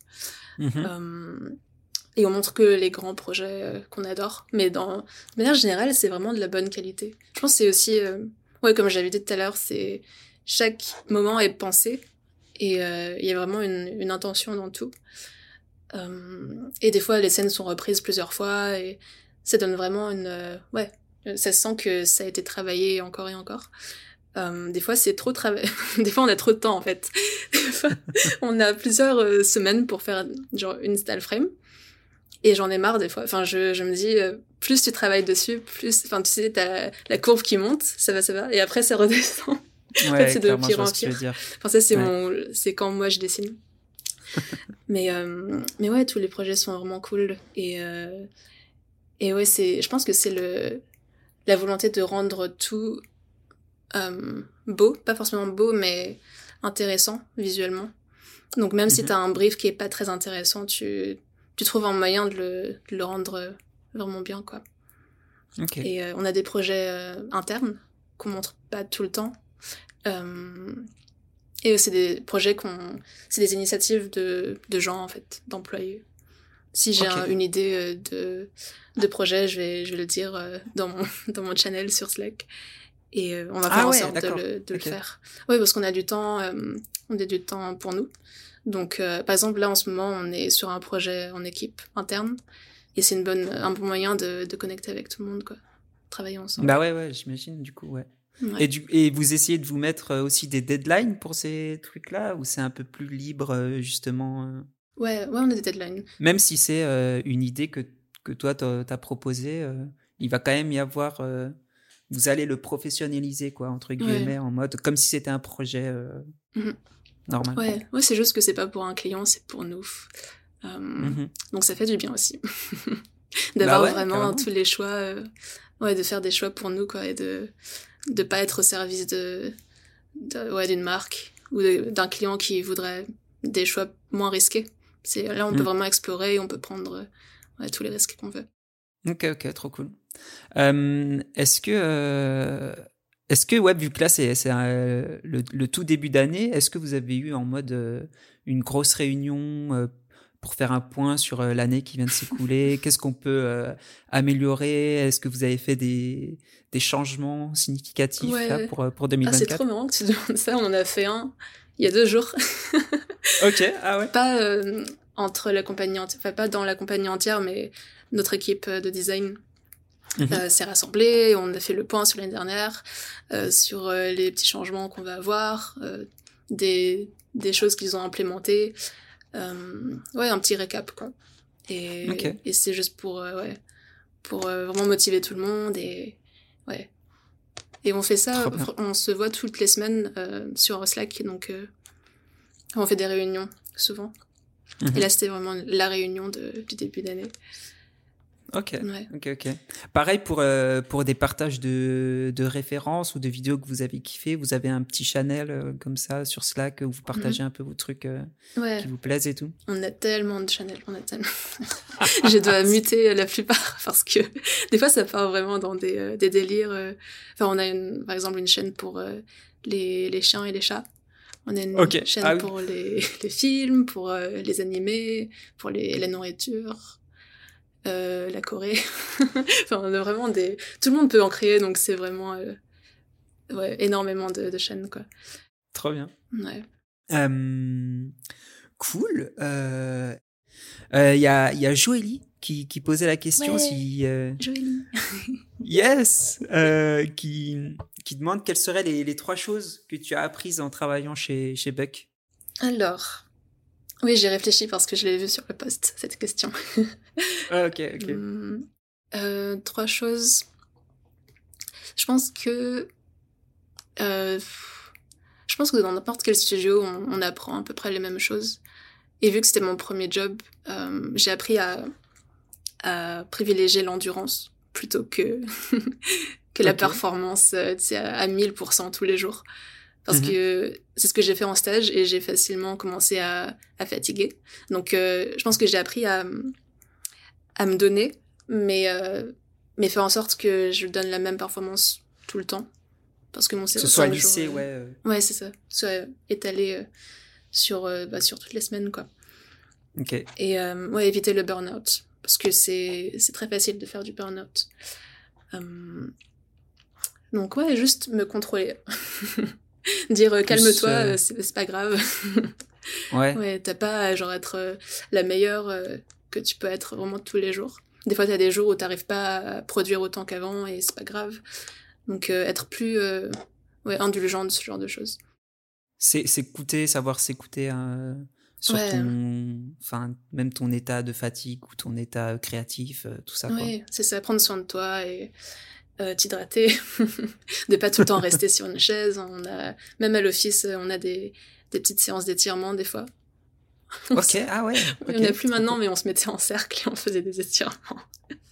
Et on montre que les grands projets qu'on adore. Mais de manière générale, c'est vraiment de la bonne qualité. Je pense que c'est aussi, ouais, comme j'avais dit tout à l'heure, chaque moment est pensé, et il y a vraiment une intention dans tout. Et des fois, les scènes sont reprises plusieurs fois et ça donne vraiment ouais, ça sent que ça a été travaillé encore et encore. Des fois, c'est trop travail. Des fois, on a trop de temps, en fait. Des fois, on a plusieurs semaines pour faire genre une style frame. Et j'en ai marre des fois. Enfin, je me dis, plus tu travailles dessus, plus, enfin, tu sais, t'as la courbe qui monte, ça va, et après ça redescend. En fait, c'est de pire en pire. Enfin, ça, c'est quand moi je dessine. mais ouais, tous les projets sont vraiment cool. Et ouais, je pense que c'est la volonté de rendre tout beau, pas forcément beau, mais intéressant visuellement. Donc même si t'as un brief qui est pas très intéressant, tu trouves un moyen de le rendre vraiment bien, quoi. Okay. Et on a des projets internes qu'on montre pas tout le temps. Et c'est des projets c'est des initiatives de gens, en fait, d'employés. Si j'ai une idée de projet, je vais le dire dans mon channel sur Slack. Et on va faire en sorte de le faire. Oui, parce qu'on a du temps, on a du temps pour nous. Donc, par exemple, là, en ce moment, on est sur un projet en équipe interne. Et c'est un bon moyen de connecter avec tout le monde, quoi. Travailler ensemble. Bah ouais, j'imagine, du coup, ouais. Et vous essayez de vous mettre aussi des deadlines pour ces trucs-là, ou c'est un peu plus libre, justement Ouais, on a des deadlines. Même si c'est une idée que toi, t'as proposée, il va quand même y avoir... vous allez le professionnaliser, quoi, entre guillemets, en mode comme si c'était un projet normal. Ouais, c'est juste que c'est pas pour un client, c'est pour nous. Donc ça fait du bien aussi. D'avoir vraiment carrément tous les choix, de faire des choix pour nous, quoi, et de pas être au service d'une marque ou d'un client qui voudrait des choix moins risqués. Là, on peut vraiment explorer et on peut prendre tous les risques qu'on veut. Ok, trop cool. Est-ce que ouais, vu que là c'est le tout début d'année, est-ce que vous avez eu en mode une grosse réunion pour faire un point sur l'année qui vient de s'écouler? Qu'est-ce qu'on peut améliorer? Est-ce que vous avez fait des changements significatifs là, pour 2024? C'est trop marrant que tu demandes ça. On en a fait un il y a 2 jours. Ok, ah ouais. Pas entre la compagnie entière, enfin pas dans la compagnie entière, mais notre équipe de design s'est rassemblée. On a fait le point sur l'année dernière, sur les petits changements qu'on va avoir, des choses qu'ils ont implémentées. Un petit récap, quoi. Et c'est juste pour vraiment motiver tout le monde et on fait ça, on se voit toutes les semaines sur Slack, donc on fait des réunions souvent. Et là, c'était vraiment la réunion du début d'année. Ok. Pareil pour des partages de références ou de vidéos que vous avez kiffé, vous avez un petit channel comme ça sur Slack où vous partagez un peu vos trucs qui vous plaisent et tout. On a tellement de channels, je dois muter la plupart parce que des fois ça part vraiment dans des délires. Enfin, on a par exemple une chaîne pour les chiens et les chats. On a une chaîne pour les films, pour les animés, pour la nourriture. La Corée. Enfin, on a vraiment tout le monde peut en créer, donc c'est vraiment énormément de chaînes, quoi. Trop bien. Ouais. Cool. Y a Joélie qui posait la question si Joélie. Yes. Qui demande quelles seraient les 3 choses que tu as apprises en travaillant chez Buck. Alors, oui, j'ai réfléchi parce que je l'ai vu sur le post, cette question. Ok. 3 choses. Je pense que dans n'importe quel studio, on apprend à peu près les mêmes choses. Et vu que c'était mon premier job, j'ai appris à privilégier l'endurance plutôt que la performance à 1000% tous les jours. Parce que c'est ce que j'ai fait en stage et j'ai facilement commencé à fatiguer. Donc, je pense que j'ai appris à me donner, mais faire en sorte que je donne la même performance tout le temps. Parce que mon cerveau... Que ce soit lissé, Ouais, c'est ça. Soit étalé sur toutes les semaines, quoi. Ok. Et éviter le burn-out. Parce que c'est très facile de faire du burn-out. Donc, juste me contrôler. Dire calme-toi, c'est pas grave. Ouais. Ouais, t'as pas à genre être la meilleure que tu peux être vraiment tous les jours. Des fois, t'as des jours où t'arrives pas à produire autant qu'avant et c'est pas grave. Donc, être plus indulgent de ce genre de choses. Savoir s'écouter sur Ouais, enfin, même ton état de fatigue ou ton état créatif, tout ça, quoi. ouais, c'est ça, prendre soin de toi et t'hydrater, de pas tout le temps rester sur une chaise. Même à l'office, on a des petites séances d'étirement des fois. Ok, ah ouais, On ok. n'a plus maintenant, mais on se mettait en cercle et on faisait des étirements.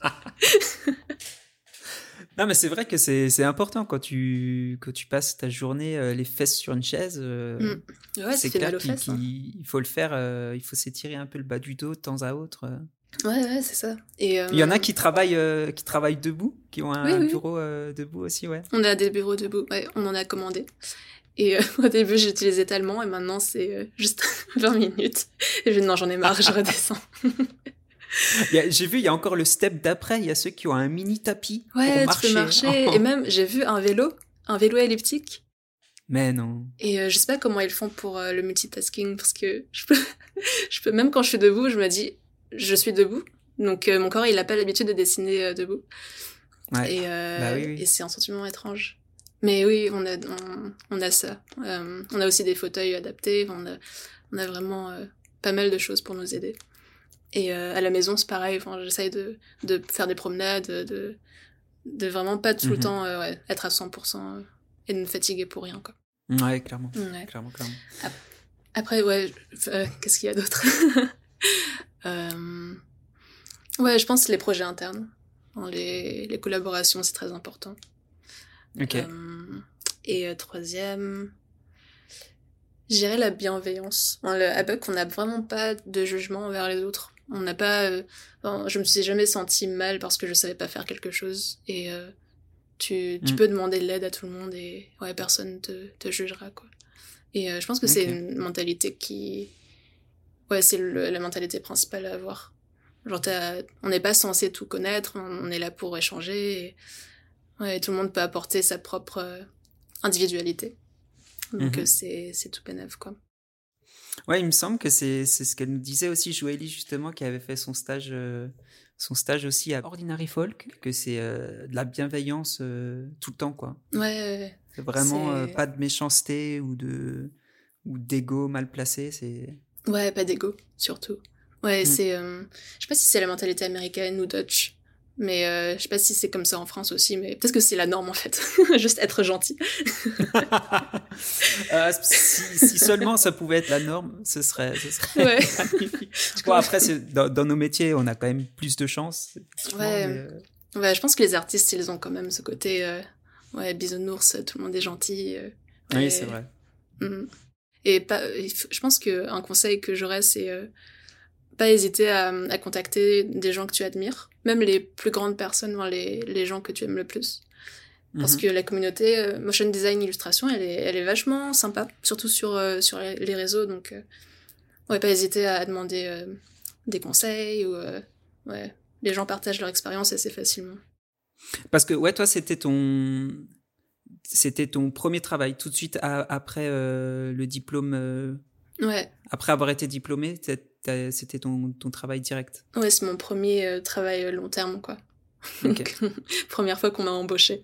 Non, mais c'est vrai que c'est important quand tu passes ta journée les fesses sur une chaise. Ouais, ça C'est fait clair mal aux fesses. qu'il faut le faire, il faut s'étirer un peu le bas du dos de temps à autre. Ouais, c'est ça. Et, Il y en a qui travaillent debout, qui ont oui, un oui. bureau debout aussi, ouais. On a des bureaux debout, ouais, on en a commandé. Et au début, j'utilisais tellement, et maintenant, c'est juste 20 minutes. Et non, j'en ai marre, je redescends. J'ai vu, il y a encore le step d'après, il y a ceux qui ont un mini tapis pour Ouais, marcher. tu peux marcher. Et même, j'ai vu un vélo elliptique. Mais non. Et je sais pas comment ils font pour le multitasking, parce que je peux, même quand je suis debout, je me dis, je suis debout. Donc mon corps, il n'a pas l'habitude de dessiner debout. Ouais. Et, Bah oui. et c'est un sentiment étrange. Mais oui, on a ça. On a aussi des fauteuils adaptés. On a vraiment pas mal de choses pour nous aider. Et à la maison, c'est pareil. Enfin, j'essaye de faire des promenades, de vraiment pas tout le temps être à 100% et de me fatiguer pour rien, quoi. Ouais, clairement. Ouais. Clairement. Après, ouais, qu'est-ce qu'il y a d'autre? Ouais, je pense que les projets internes, les collaborations, c'est très important. Ok. Et troisième, je dirais la bienveillance. À Buck, on n'a vraiment pas de jugement envers les autres. On n'a pas... je me suis jamais sentie mal parce que je savais pas faire quelque chose. Et tu peux demander de l'aide à tout le monde et ouais, personne te jugera, quoi. Et je pense que c'est une mentalité qui... Ouais, c'est la mentalité principale à avoir. Genre, on n'est pas censé tout connaître, on est là pour échanger. Et, ouais, tout le monde peut apporter sa propre individualité. Donc, c'est tout bénef, quoi. Ouais, il me semble que c'est ce qu'elle nous disait aussi, Joëlie, justement, qui avait fait son stage aussi à Ordinary Folk, que c'est de la bienveillance tout le temps, quoi. Ouais. C'est vraiment pas de méchanceté ou d'ego mal placé, Ouais, pas d'ego, surtout. Ouais, c'est... je sais pas si c'est la mentalité américaine ou Dutch, mais je sais pas si c'est comme ça en France aussi, mais peut-être que c'est la norme, en fait. Juste être gentil. Si seulement ça pouvait être la norme, ce serait Ouais. magnifique. Bon, après, dans nos métiers, on a quand même plus de chance. Ouais. Ouais, je pense que les artistes, ils ont quand même ce côté... ouais, bisounours, tout le monde est gentil. Oui, c'est vrai. Et je pense qu'un conseil que j'aurais, c'est pas hésiter à contacter des gens que tu admires, même les plus grandes personnes, les gens que tu aimes le plus. Parce que la communauté motion design illustration, elle est vachement sympa, surtout sur les réseaux. Donc, ouais, pas hésiter à demander des conseils ou ouais, les gens partagent leur expérience assez facilement. Parce que ouais, toi, c'était ton premier travail tout de suite après le diplôme. Ouais. Après avoir été diplômé, c'était ton travail direct. Ouais, c'est mon premier travail long terme, quoi. Okay. Première fois qu'on m'a embauché.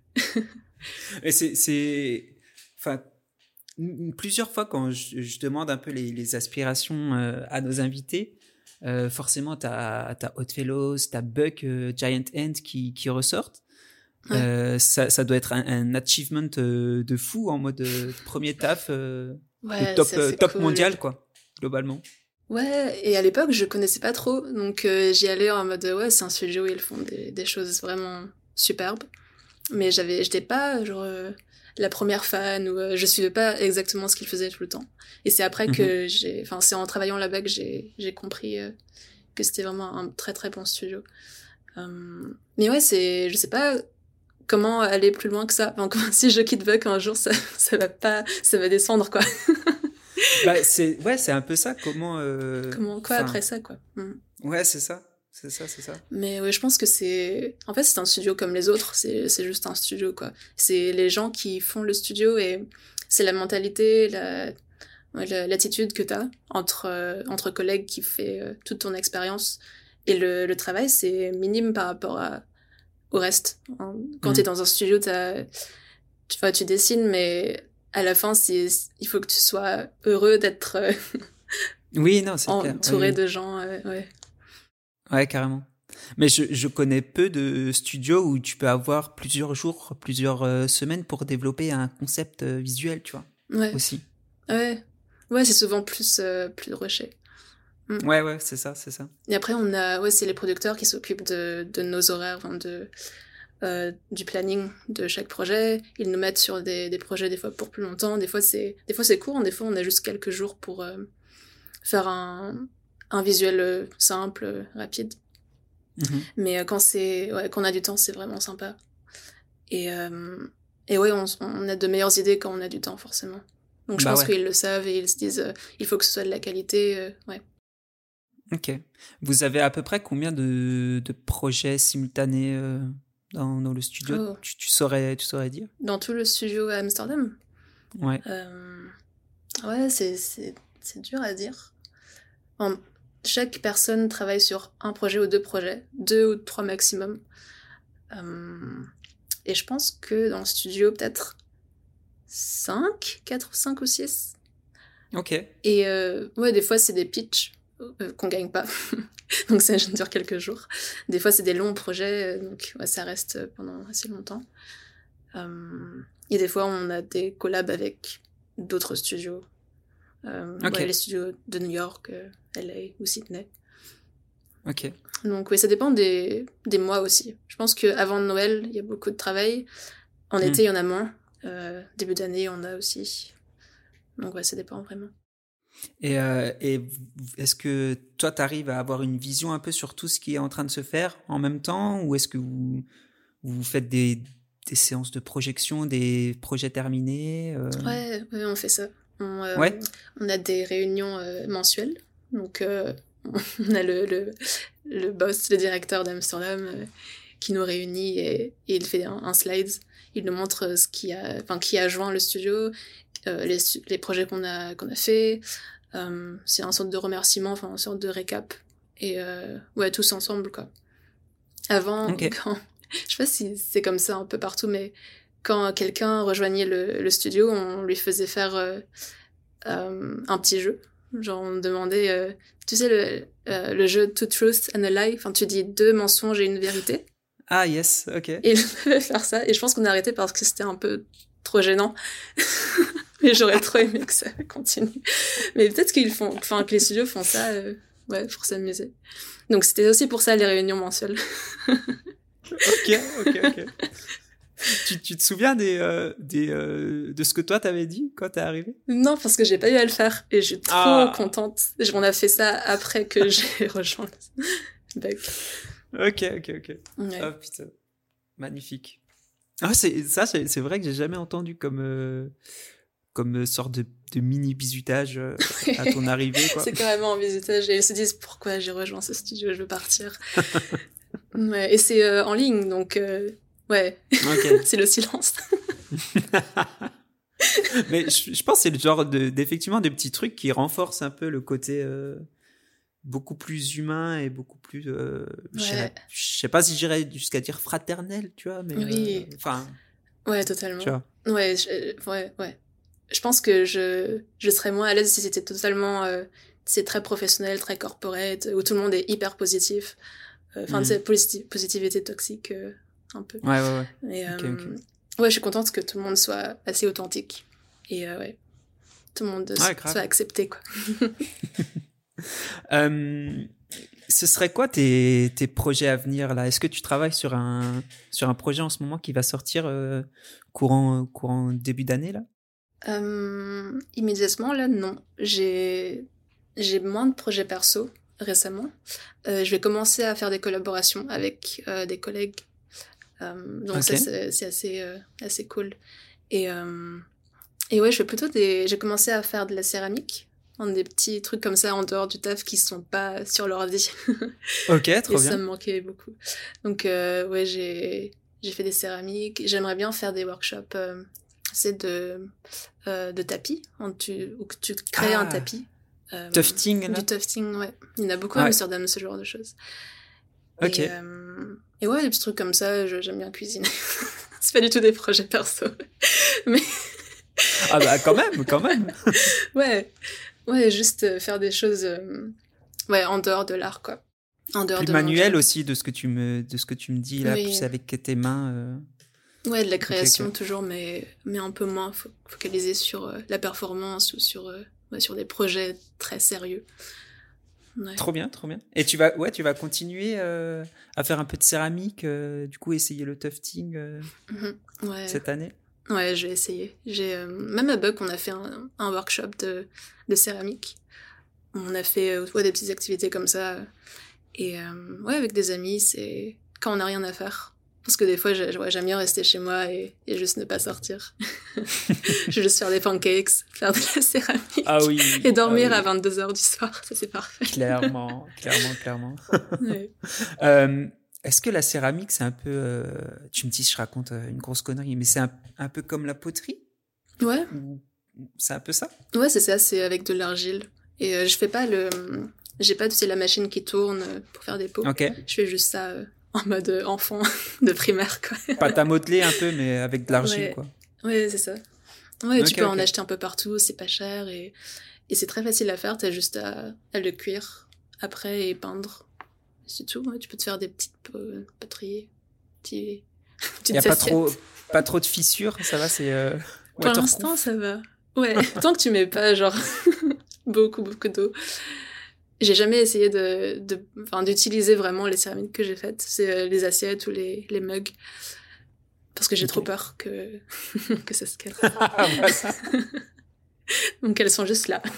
Et enfin, plusieurs fois quand je demande un peu les aspirations à nos invités, forcément t'as Oddfellows, t'as Buck, Giant Ant qui ressortent. Ouais. Ça doit être un achievement de fou en mode premier taf, ouais, top cool. mondial, quoi, globalement. Ouais, et à l'époque, je connaissais pas trop, donc j'y allais en mode, ouais, c'est un studio où ils font des choses vraiment superbes. Mais j'étais pas, genre, la première fan, ou je suivais pas exactement ce qu'ils faisaient tout le temps. Et c'est après que c'est en travaillant là-bas que j'ai compris que c'était vraiment un très très bon studio. Mais ouais, je sais pas comment aller plus loin que ça. Enfin, si je quitte Buck un jour, ça va descendre, quoi. Bah, c'est un peu ça. Comment après ça, quoi. Ouais, c'est ça. Mais ouais, je pense que c'est un studio comme les autres. C'est juste un studio, quoi. C'est les gens qui font le studio et c'est la mentalité, l'attitude que t'as entre collègues qui fait toute ton expérience et le travail, c'est minime par rapport au reste. Hein. Quand t'es dans un studio, tu dessines, mais à la fin, il faut que tu sois heureux d'être Oui, non, c'est clair. entouré Oui. de gens. Ouais. Ouais, carrément. Mais je connais peu de studios où tu peux avoir plusieurs jours, plusieurs semaines pour développer un concept visuel, tu vois, Ouais. aussi. Ouais. Ouais, c'est souvent plus rushé. Ouais, c'est ça. Et après, c'est les producteurs qui s'occupent de nos horaires, enfin, du planning de chaque projet. Ils nous mettent sur des projets des fois pour plus longtemps, des fois c'est court, des fois on a juste quelques jours pour faire un visuel simple, rapide. Mais quand on a du temps, c'est vraiment sympa. Et ouais, on a de meilleures idées quand on a du temps, forcément. Donc je pense qu'ils le savent et ils se disent il faut que ce soit de la qualité, ouais. Ok. Vous avez à peu près combien de projets simultanés dans le studio? Tu saurais dire? Dans tout le studio à Amsterdam? Ouais. Ouais, c'est dur à dire. Chaque personne travaille sur un projet ou deux projets, 2 ou 3 maximum. Et je pense que dans le studio, peut-être 4 ou 5 ou 6. Ok. Et ouais, des fois, c'est des pitchs qu'on gagne pas. Donc ça dure quelques jours. Des fois, c'est des longs projets, donc ouais, ça reste pendant assez longtemps. Et des fois, on a des collabs avec d'autres studios. Ouais, les studios de New York, LA ou Sydney. Ok. Donc oui, ça dépend des mois aussi. Je pense qu'avant Noël, il y a beaucoup de travail. En été, il y en a moins. Début d'année, on a aussi. Donc ouais, ça dépend vraiment. Et est-ce que toi, tu arrives à avoir une vision un peu sur tout ce qui est en train de se faire en même temps, ou est-ce que vous faites des séances de projection, des projets terminés Ouais, on fait ça. On a des réunions mensuelles. Donc on a le boss, le directeur d'Amsterdam qui nous réunit et il fait un slide. Il nous montre qui a joint le studio, les projets qu'on a fait. C'est une sorte de remerciement, enfin une sorte de récap. Et ouais, tous ensemble, quoi. Avant, je sais pas si c'est comme ça un peu partout, mais quand quelqu'un rejoignait le studio, on lui faisait faire un petit jeu. Genre, on demandait, tu sais, le jeu Two Truths and a Lie, enfin, tu dis 2 mensonges et une vérité. Ah, yes, ok. Et il devait faire ça, et je pense qu'on a arrêté parce que c'était un peu trop gênant. Mais j'aurais trop aimé que ça continue. Mais peut-être que les studios font ça, ouais, pour s'amuser. Donc c'était aussi pour ça les réunions mensuelles. Ok. Tu te souviens de ce que toi t'avais dit quand t'es arrivé? Non, parce que j'ai pas eu à le faire et je suis trop contente. On a fait ça après que j'ai rejoint le bac. Ok. Ouais. Oh putain, magnifique. Ah, c'est vrai que j'ai jamais entendu comme sorte de mini bisutage à ton arrivée, quoi. C'est carrément un bisutage et ils se disent pourquoi j'ai rejoint ce studio, je veux partir. Ouais, et c'est en ligne, donc ouais, c'est le silence. Mais je pense que c'est le genre d'effectivement des petits trucs qui renforcent un peu le côté beaucoup plus humain et beaucoup plus je sais pas si j'irais jusqu'à dire fraternel, tu vois, mais oui. Ouais, totalement. Tu vois. Ouais. Je pense que je serais moins à l'aise si c'était totalement c'est très professionnel, très corporate, où tout le monde est hyper positif. Enfin, c'est positivité toxique un peu. Ouais. Et, okay. ouais, je suis contente que tout le monde soit assez authentique et ouais, tout le monde soit accepté, quoi. Ce serait quoi tes projets à venir là? Est-ce que tu travailles sur un projet en ce moment qui va sortir courant début d'année là? Immédiatement là, non. J'ai moins de projets perso récemment. Je vais commencer à faire des collaborations avec des collègues. Donc ça c'est assez cool. Et ouais, j'ai commencé à faire de la céramique. Des petits trucs comme ça en dehors du taf qui sont pas sur l'ordi. Ok, trop bien. Et ça me manquait beaucoup. Donc ouais, j'ai fait des céramiques. J'aimerais bien faire des workshops c'est de tapis, où tu crées un tapis. Tufting, là. Du tufting, ouais. Il y en a beaucoup à Ouais. Amsterdam, ce genre de choses. Ok. Et ouais, des petits trucs comme ça, j'aime bien cuisiner. C'est pas du tout des projets perso. Mais Ah bah quand même. ouais, juste faire des choses en dehors de l'art, quoi. En dehors Plus de manuel manger. aussi de ce que tu me dis là, Oui. plus avec tes mains. Ouais, de la création ok. toujours, mais un peu moins focalisé sur la performance ou sur des projets très sérieux. Ouais. Trop bien. Et tu vas continuer à faire un peu de céramique, du coup essayer le tufting Ouais. cette année. Ouais, je vais essayer. Même à Buck, on a fait un workshop de céramique. On a fait des petites activités comme ça. Et avec des amis, c'est quand on n'a rien à faire. Parce que des fois, j'aime bien rester chez moi et juste ne pas sortir. Je vais juste faire des pancakes, faire de la céramique. Ah oui. Et dormir à 22h du soir. Ça, c'est parfait. Clairement. Ouais. Est-ce que la céramique, c'est un peu... tu me dis si je raconte une grosse connerie, mais c'est un peu comme la poterie? Ouais. Ou c'est un peu ça? Ouais, c'est ça, c'est avec de l'argile. Et je fais pas j'ai pas, tu sais, la machine qui tourne pour faire des pots. Ok. Je fais juste ça en mode enfant de primaire, quoi. Pâte à modeler un peu, mais avec de l'argile, Ouais. quoi. Ouais, c'est ça. Ouais, tu Ok, peux en ok. acheter un peu partout, c'est pas cher et c'est très facile à faire, t'as juste à le cuire après et peindre. C'est tout, ouais, tu peux te faire des petites poteries, Il petites n'y a assiettes. pas trop de fissures, ça va, c'est Pour l'instant, waterproof. ça va. Ouais, tant que tu mets pas, genre, beaucoup d'eau. J'ai jamais essayé d'utiliser vraiment les céramiques que j'ai faites. C'est les assiettes ou les mugs. Parce que j'ai Ok. trop peur que ça se casse. Voilà. Donc elles sont juste là.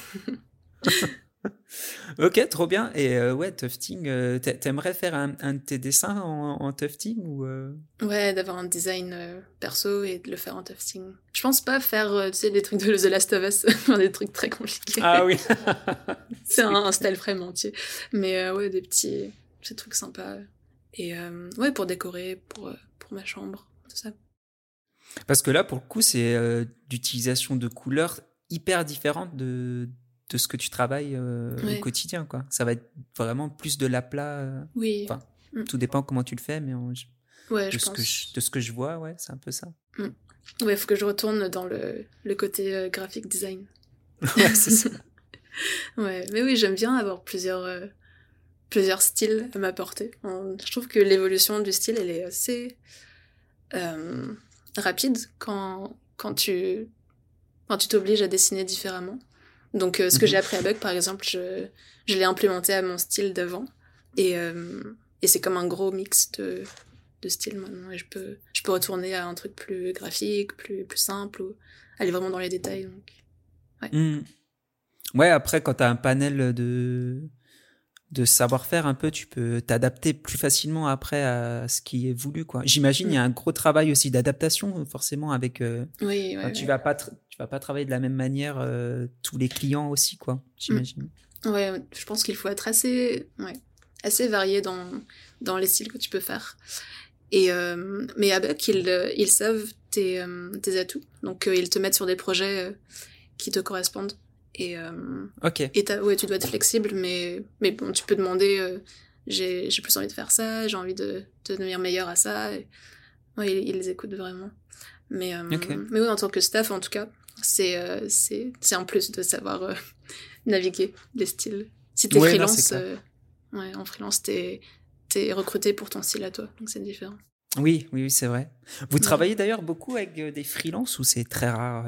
Ok, trop bien. Et ouais, tufting, t'aimerais faire un de tes dessins en tufting ou Ouais, d'avoir un design perso et de le faire en tufting. Je pense pas faire, tu sais, des trucs de The Last of Us, faire des trucs très compliqués. Ah oui. C'est un style frame entier. Mais ouais, des petits trucs sympas. Et ouais, pour décorer, pour ma chambre, tout ça. Parce que là, pour le coup, c'est d'utilisation de couleurs hyper différentes de ce que tu travailles au Ouais. quotidien, quoi. Ça va être vraiment plus de l'aplat. Oui. Enfin, tout dépend comment tu le fais, mais Ouais, de je pense. de ce que je vois, ouais, c'est un peu ça. Ouais, faut que je retourne dans le côté graphic design. Ouais, c'est ça. Ouais, mais oui, j'aime bien avoir plusieurs styles à m'apporter. Je trouve que l'évolution du style, elle est assez rapide quand tu t'obliges à dessiner différemment. Donc, ce que j'ai appris à Buck, par exemple, je l'ai implémenté à mon style d'avant. Et c'est comme un gros mix de styles maintenant. Et je peux retourner à un truc plus graphique, plus simple, ou aller vraiment dans les détails. Donc, ouais. Ouais, après, quand tu as un panel de savoir-faire un peu, tu peux t'adapter plus facilement après à ce qui est voulu, quoi. J'imagine il y a un gros travail aussi d'adaptation, forcément, avec... Oui, ouais, tu vas pas travailler de la même manière tous les clients aussi, quoi, j'imagine. Ouais, je pense qu'il faut être assez varié dans les styles que tu peux faire. Et mais à Buck, ils savent tes atouts. Donc, ils te mettent sur des projets qui te correspondent. Et Ok. tu dois être flexible, mais bon, tu peux demander j'ai plus envie de faire ça, j'ai envie de devenir meilleur à ça. Et, ouais, ils les écoutent vraiment. Mais oui, en tant que staff, en tout cas, c'est un plus de savoir naviguer les styles. Si t'es Ouais, non, freelance, c'est clair. en freelance, t'es recruté pour ton style à toi, donc c'est différent. Oui, c'est vrai. Vous Ouais. travaillez d'ailleurs beaucoup avec des freelances ou c'est très rare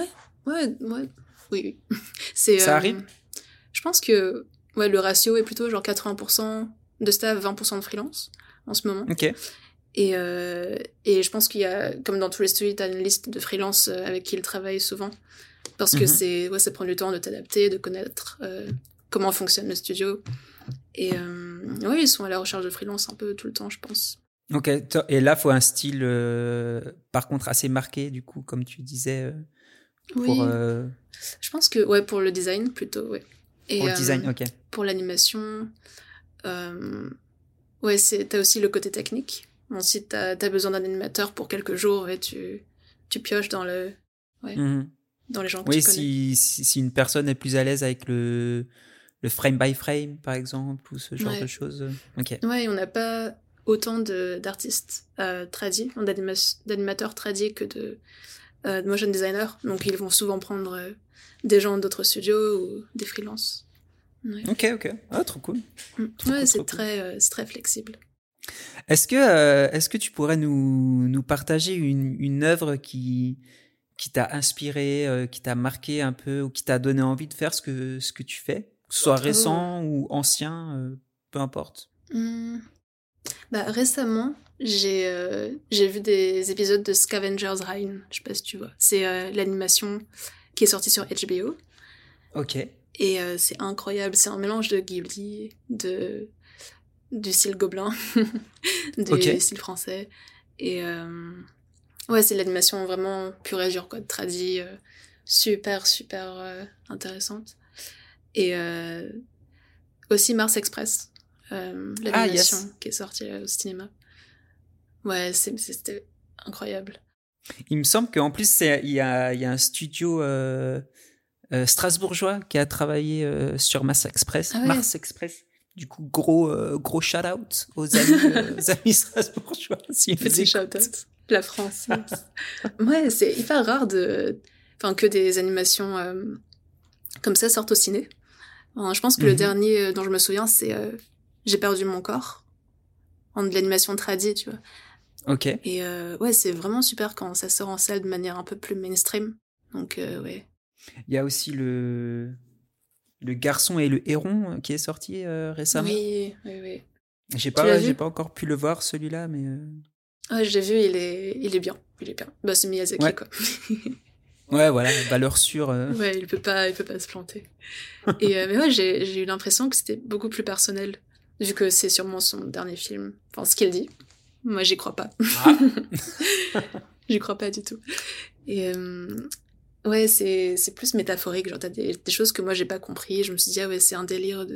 Oui. C'est, Ça arrive? je pense que le ratio est plutôt genre 80% de staff, 20% de freelance en ce moment. Ok. Et je pense qu'il y a, comme dans tous les studios, t'as une liste de freelance avec qui ils travaillent souvent. Parce que ça prend du temps de t'adapter, de connaître comment fonctionne le studio. Et ils sont à la recherche de freelance un peu tout le temps, je pense. Ok. Et là, faut un style, par contre, assez marqué, du coup, comme tu disais. Pour, Oui. Je pense que, pour le design, plutôt, ouais. Et, pour le design, ok. pour l'animation, t'as aussi le côté technique. Bon, si t'as besoin d'un animateur pour quelques jours, tu pioches dans le ouais. Mhm. Dans les gens que Oui, tu connais. si une personne est plus à l'aise avec le frame by frame, par exemple, ou ce genre de Ouais. choses. Ok. Ouais, on n'a pas autant d'artistes tradis, d'animateurs tradis que de motion designers. Donc ils vont souvent prendre des gens d'autres studios ou des freelances. Ouais, Ok. Ah, trop cool. Trop ouais, cool, trop cool. c'est très flexible. Est-ce que tu pourrais nous partager une œuvre qui t'a inspiré, qui t'a marqué un peu, ou qui t'a donné envie de faire ce que tu fais, que ce soit Oh. récent ou ancien, peu importe. Hmm. Bah, récemment, j'ai vu des épisodes de Scavengers Reign. Je sais pas si tu vois. C'est l'animation qui est sortie sur HBO. Ok. Et c'est incroyable. C'est un mélange de Ghibli, du style gobelin, Ok. du style français. Et ouais, c'est l'animation vraiment pure et dure, quoi, tradie, super intéressante. Et aussi Mars Express, Ah, l'animation yes. qui est sortie au cinéma. Ouais, c'était incroyable. Il me semble qu'en plus, il y a un studio strasbourgeois qui a travaillé sur Mars Express. Ah ouais, Mars Express. Du coup, gros shout-out aux amis strasbourgeois s'ils nous petit écoutent. shout-out. La France, yes. Ouais, c'est hyper rare enfin, que des animations comme ça sortent au ciné. Je pense que le Mhm. dernier dont je me souviens, c'est J'ai perdu mon corps, en de l'animation tradie, tu vois. Ok. Et ouais, c'est vraiment super quand ça sort en salle de manière un peu plus mainstream. Donc ouais. Il y a aussi le garçon et le héron qui est sorti récemment. Oui. J'ai Tu l'as j'ai vu? pas encore pu le voir celui-là, mais Ouais, je l'ai vu, il est bien. Il est bien. Bah, c'est Miyazaki, ouais, quoi. ouais, voilà, valeur sûre. Ouais, il peut pas se planter. Et mais ouais, j'ai eu l'impression que c'était beaucoup plus personnel, vu que c'est sûrement son dernier film. Enfin, ce qu'il dit. Moi, j'y crois pas. Ah, J'y crois pas du tout. Et ouais, c'est plus métaphorique. Genre, t'as des choses que moi, j'ai pas compris. Je me suis dit, ah ouais, c'est un délire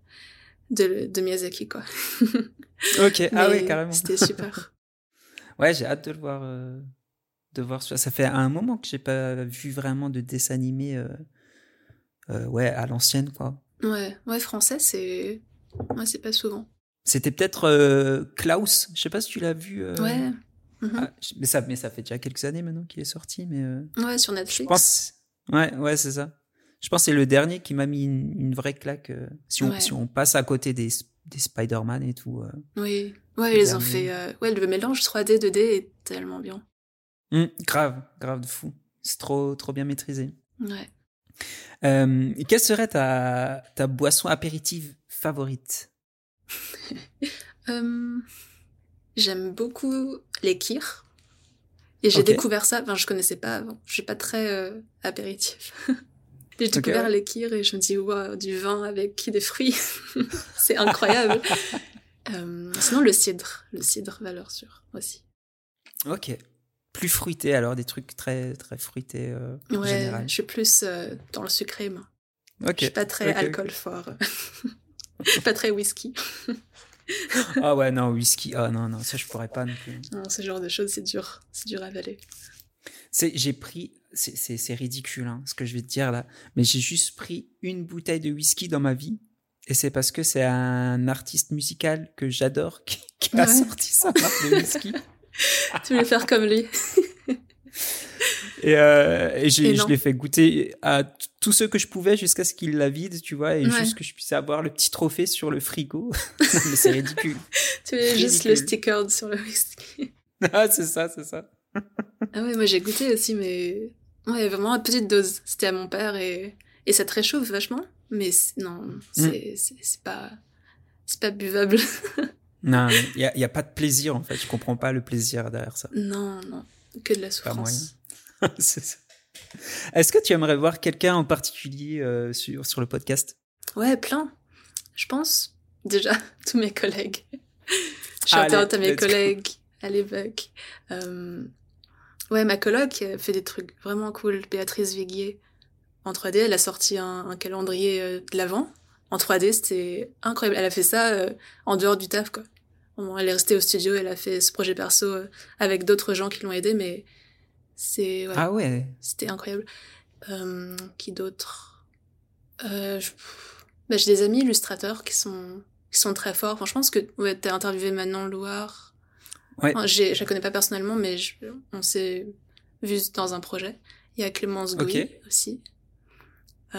de Miyazaki, quoi. ok, ah ouais, Mais carrément. c'était super. Ouais, j'ai hâte de le voir. De voir ça. Ça fait un moment que j'ai pas vu vraiment de dessin animé, ouais, à l'ancienne, quoi. Ouais, français, ouais, c'est pas souvent. C'était peut-être Klaus. Je sais pas si tu l'as vu. Ouais. Mhm. Mais ça fait déjà quelques années maintenant qu'il est sorti, mais Ouais, sur je Netflix. pense. Ouais, c'est ça. Je pense que c'est le dernier qui m'a mis une vraie claque. Si Ouais. on passe à côté des Spider-Man et tout, Oui. Ouais, le ils ont dernier. fait. Ouais, le mélange 3D, 2D est tellement bien. Grave de fou. C'est trop bien maîtrisé. Ouais. Quelle serait ta boisson apéritive favorite? Euh, J'aime beaucoup les kirs. Et j'ai Ok, découvert ça, enfin je connaissais pas avant, je suis pas très apéritif. J'ai ok, découvert ouais. les kirs et je me dis, waouh, du vin avec des fruits, c'est incroyable. Sinon le cidre valeur sûre aussi. Ok. Plus fruité alors, des trucs très fruités en Ouais, général. je suis plus dans le sucré, moi. Je Ok, suis pas très ok. alcool fort, pas très whisky. Ah ouais, non, whisky. Ah non, ça je pourrais pas non plus. Non, ce genre de choses, c'est dur à avaler. J'ai pris, c'est ridicule hein, ce que je vais te dire là, mais j'ai juste pris une bouteille de whisky dans ma vie, et c'est parce que c'est un artiste musical que j'adore qui a Ouais, sorti sa marque de whisky. tu voulais faire comme lui. Et Je non. l'ai fait goûter à tous ceux que je pouvais jusqu'à ce qu'il la vide, tu vois, et Ouais, juste que je puisse avoir le petit trophée sur le frigo. Non, mais c'est ridicule. tu voulais juste le Ridicule. sticker sur le whisky. Ah, c'est ça, c'est ça. Ah ouais, moi j'ai goûté aussi, mais ouais, vraiment à petite dose. C'était à mon père et ça te réchauffe vachement, mais non, Mm. c'est pas buvable. Non, y a pas de plaisir en fait. Je comprends pas le plaisir derrière ça. Non, que de la Pas moyen. souffrance. C'est ça. Est-ce que tu aimerais voir quelqu'un en particulier sur le podcast? Ouais, plein. Je pense déjà tous mes collègues. Shout Allez, out à mes let's go. collègues à l'époque. Ouais, ma coloc fait des trucs vraiment cool. Béatrice Viguier en 3D, elle a sorti un calendrier de l'Avent en 3D, c'était incroyable. Elle a fait ça en dehors du taf, quoi. Bon, elle est restée au studio, elle a fait ce projet perso avec d'autres gens qui l'ont aidé, mais Ouais, Ah ouais. c'était incroyable. Qui d'autre j'ai des amis illustrateurs qui sont très forts. Enfin, je pense que t'as interviewé Manon Louard. Ouais. Enfin, je la connais pas personnellement, mais on s'est vu dans un projet. Il y a Clémence Gouy aussi. Il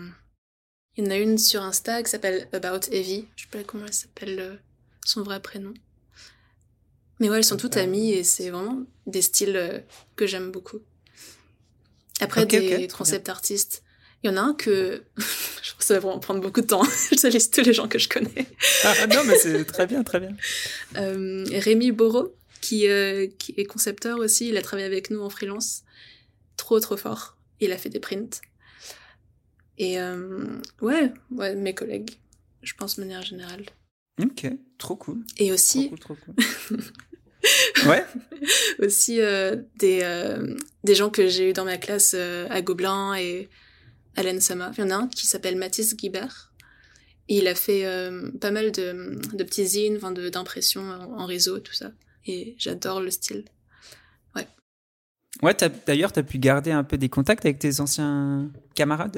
y en a une sur Insta qui s'appelle About Evie. Je sais pas comment elle s'appelle son vrai prénom. Mais ouais, elles sont toutes amies et c'est vraiment des styles que j'aime beaucoup. Après, des concept artistes. Il y en a un que je pense que ça va vraiment prendre beaucoup de temps. Je liste tous les gens que je connais. Ah non, mais c'est très bien, très bien. Rémi Borot, qui est concepteur aussi. Il a travaillé avec nous en freelance. Trop fort. Il a fait des prints. Et ouais, mes collègues, je pense, de manière générale. Ok, trop cool. Et aussi... Trop cool. Ouais. Aussi des gens que j'ai eu dans ma classe à Gobelin et à l'ENSAMA. Il y en a un qui s'appelle Mathis Guibert. Et il a fait pas mal de petits zines, d'impressions en réseau, tout ça. Et j'adore le style. Ouais. Ouais, d'ailleurs, t'as pu garder un peu des contacts avec tes anciens camarades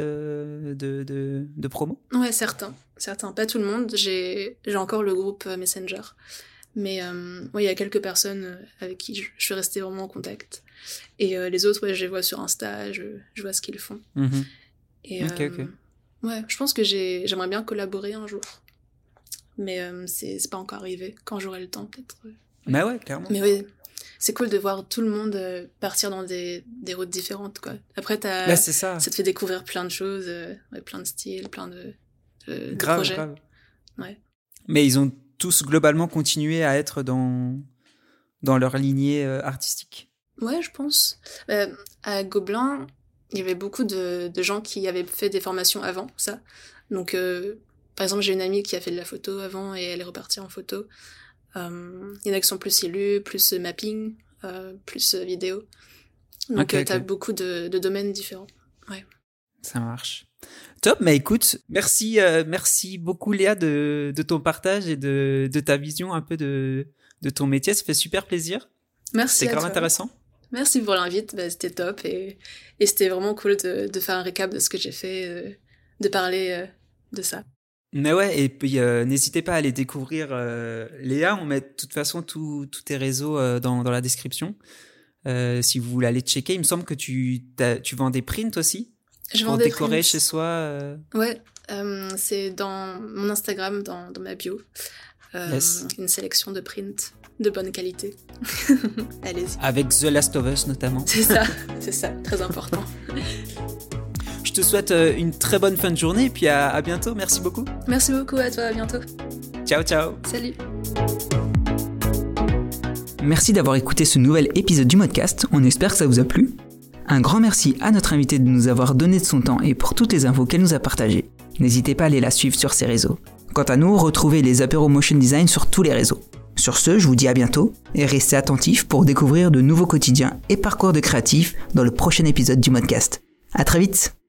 de promo ? Ouais, certains. Pas tout le monde. J'ai encore le groupe Messenger. Mais il y a quelques personnes avec qui je suis restée vraiment en contact. Et les autres, je les vois sur Insta, je vois ce qu'ils font. Mm-hmm. Et, ok. Ouais, je pense que j'aimerais bien collaborer un jour. Mais c'est pas encore arrivé. Quand j'aurai le temps, peut-être. Bah ouais, clairement. Mais oui, c'est cool de voir tout le monde partir dans des routes différentes, quoi. Après, c'est ça te fait découvrir plein de choses, plein de styles, plein de projets. Grave. Ouais. Mais ils ont tous globalement continué à être dans leur lignée artistique. Ouais, je pense. À Gobelin, il y avait beaucoup de gens qui avaient fait des formations avant ça. Donc, par exemple, j'ai une amie qui a fait de la photo avant et elle est repartie en photo. Il y en a qui sont plus illus, plus mapping, plus vidéo. Donc, t'as beaucoup de domaines différents. Ouais. Ça marche. Top, mais écoute, merci beaucoup Léa de ton partage et de ta vision un peu de ton métier. Ça fait super plaisir. Merci. C'était grave intéressant. Merci pour l'invite, c'était top et c'était vraiment cool de faire un récap de ce que j'ai fait, de parler de ça. Mais ouais, et puis n'hésitez pas à aller découvrir Léa. On met de toute façon tous tes réseaux dans la description. Si vous voulez aller checker, il me semble que tu vends des prints aussi. Je pour vends des décorer prints. Chez soi. Ouais, c'est dans mon Instagram, dans ma bio. Yes. Une sélection de prints de bonne qualité. Allez-y. Avec The Last of Us notamment. C'est ça, très important. Je te souhaite une très bonne fin de journée et puis à bientôt. Merci beaucoup. Merci beaucoup à toi, à bientôt. Ciao. Salut. Merci d'avoir écouté ce nouvel épisode du Modcast. On espère que ça vous a plu. Un grand merci à notre invitée de nous avoir donné de son temps et pour toutes les infos qu'elle nous a partagées. N'hésitez pas à aller la suivre sur ses réseaux. Quant à nous, retrouvez les apéros Motion Design sur tous les réseaux. Sur ce, je vous dis à bientôt et restez attentifs pour découvrir de nouveaux quotidiens et parcours de créatifs dans le prochain épisode du Modcast. À très vite.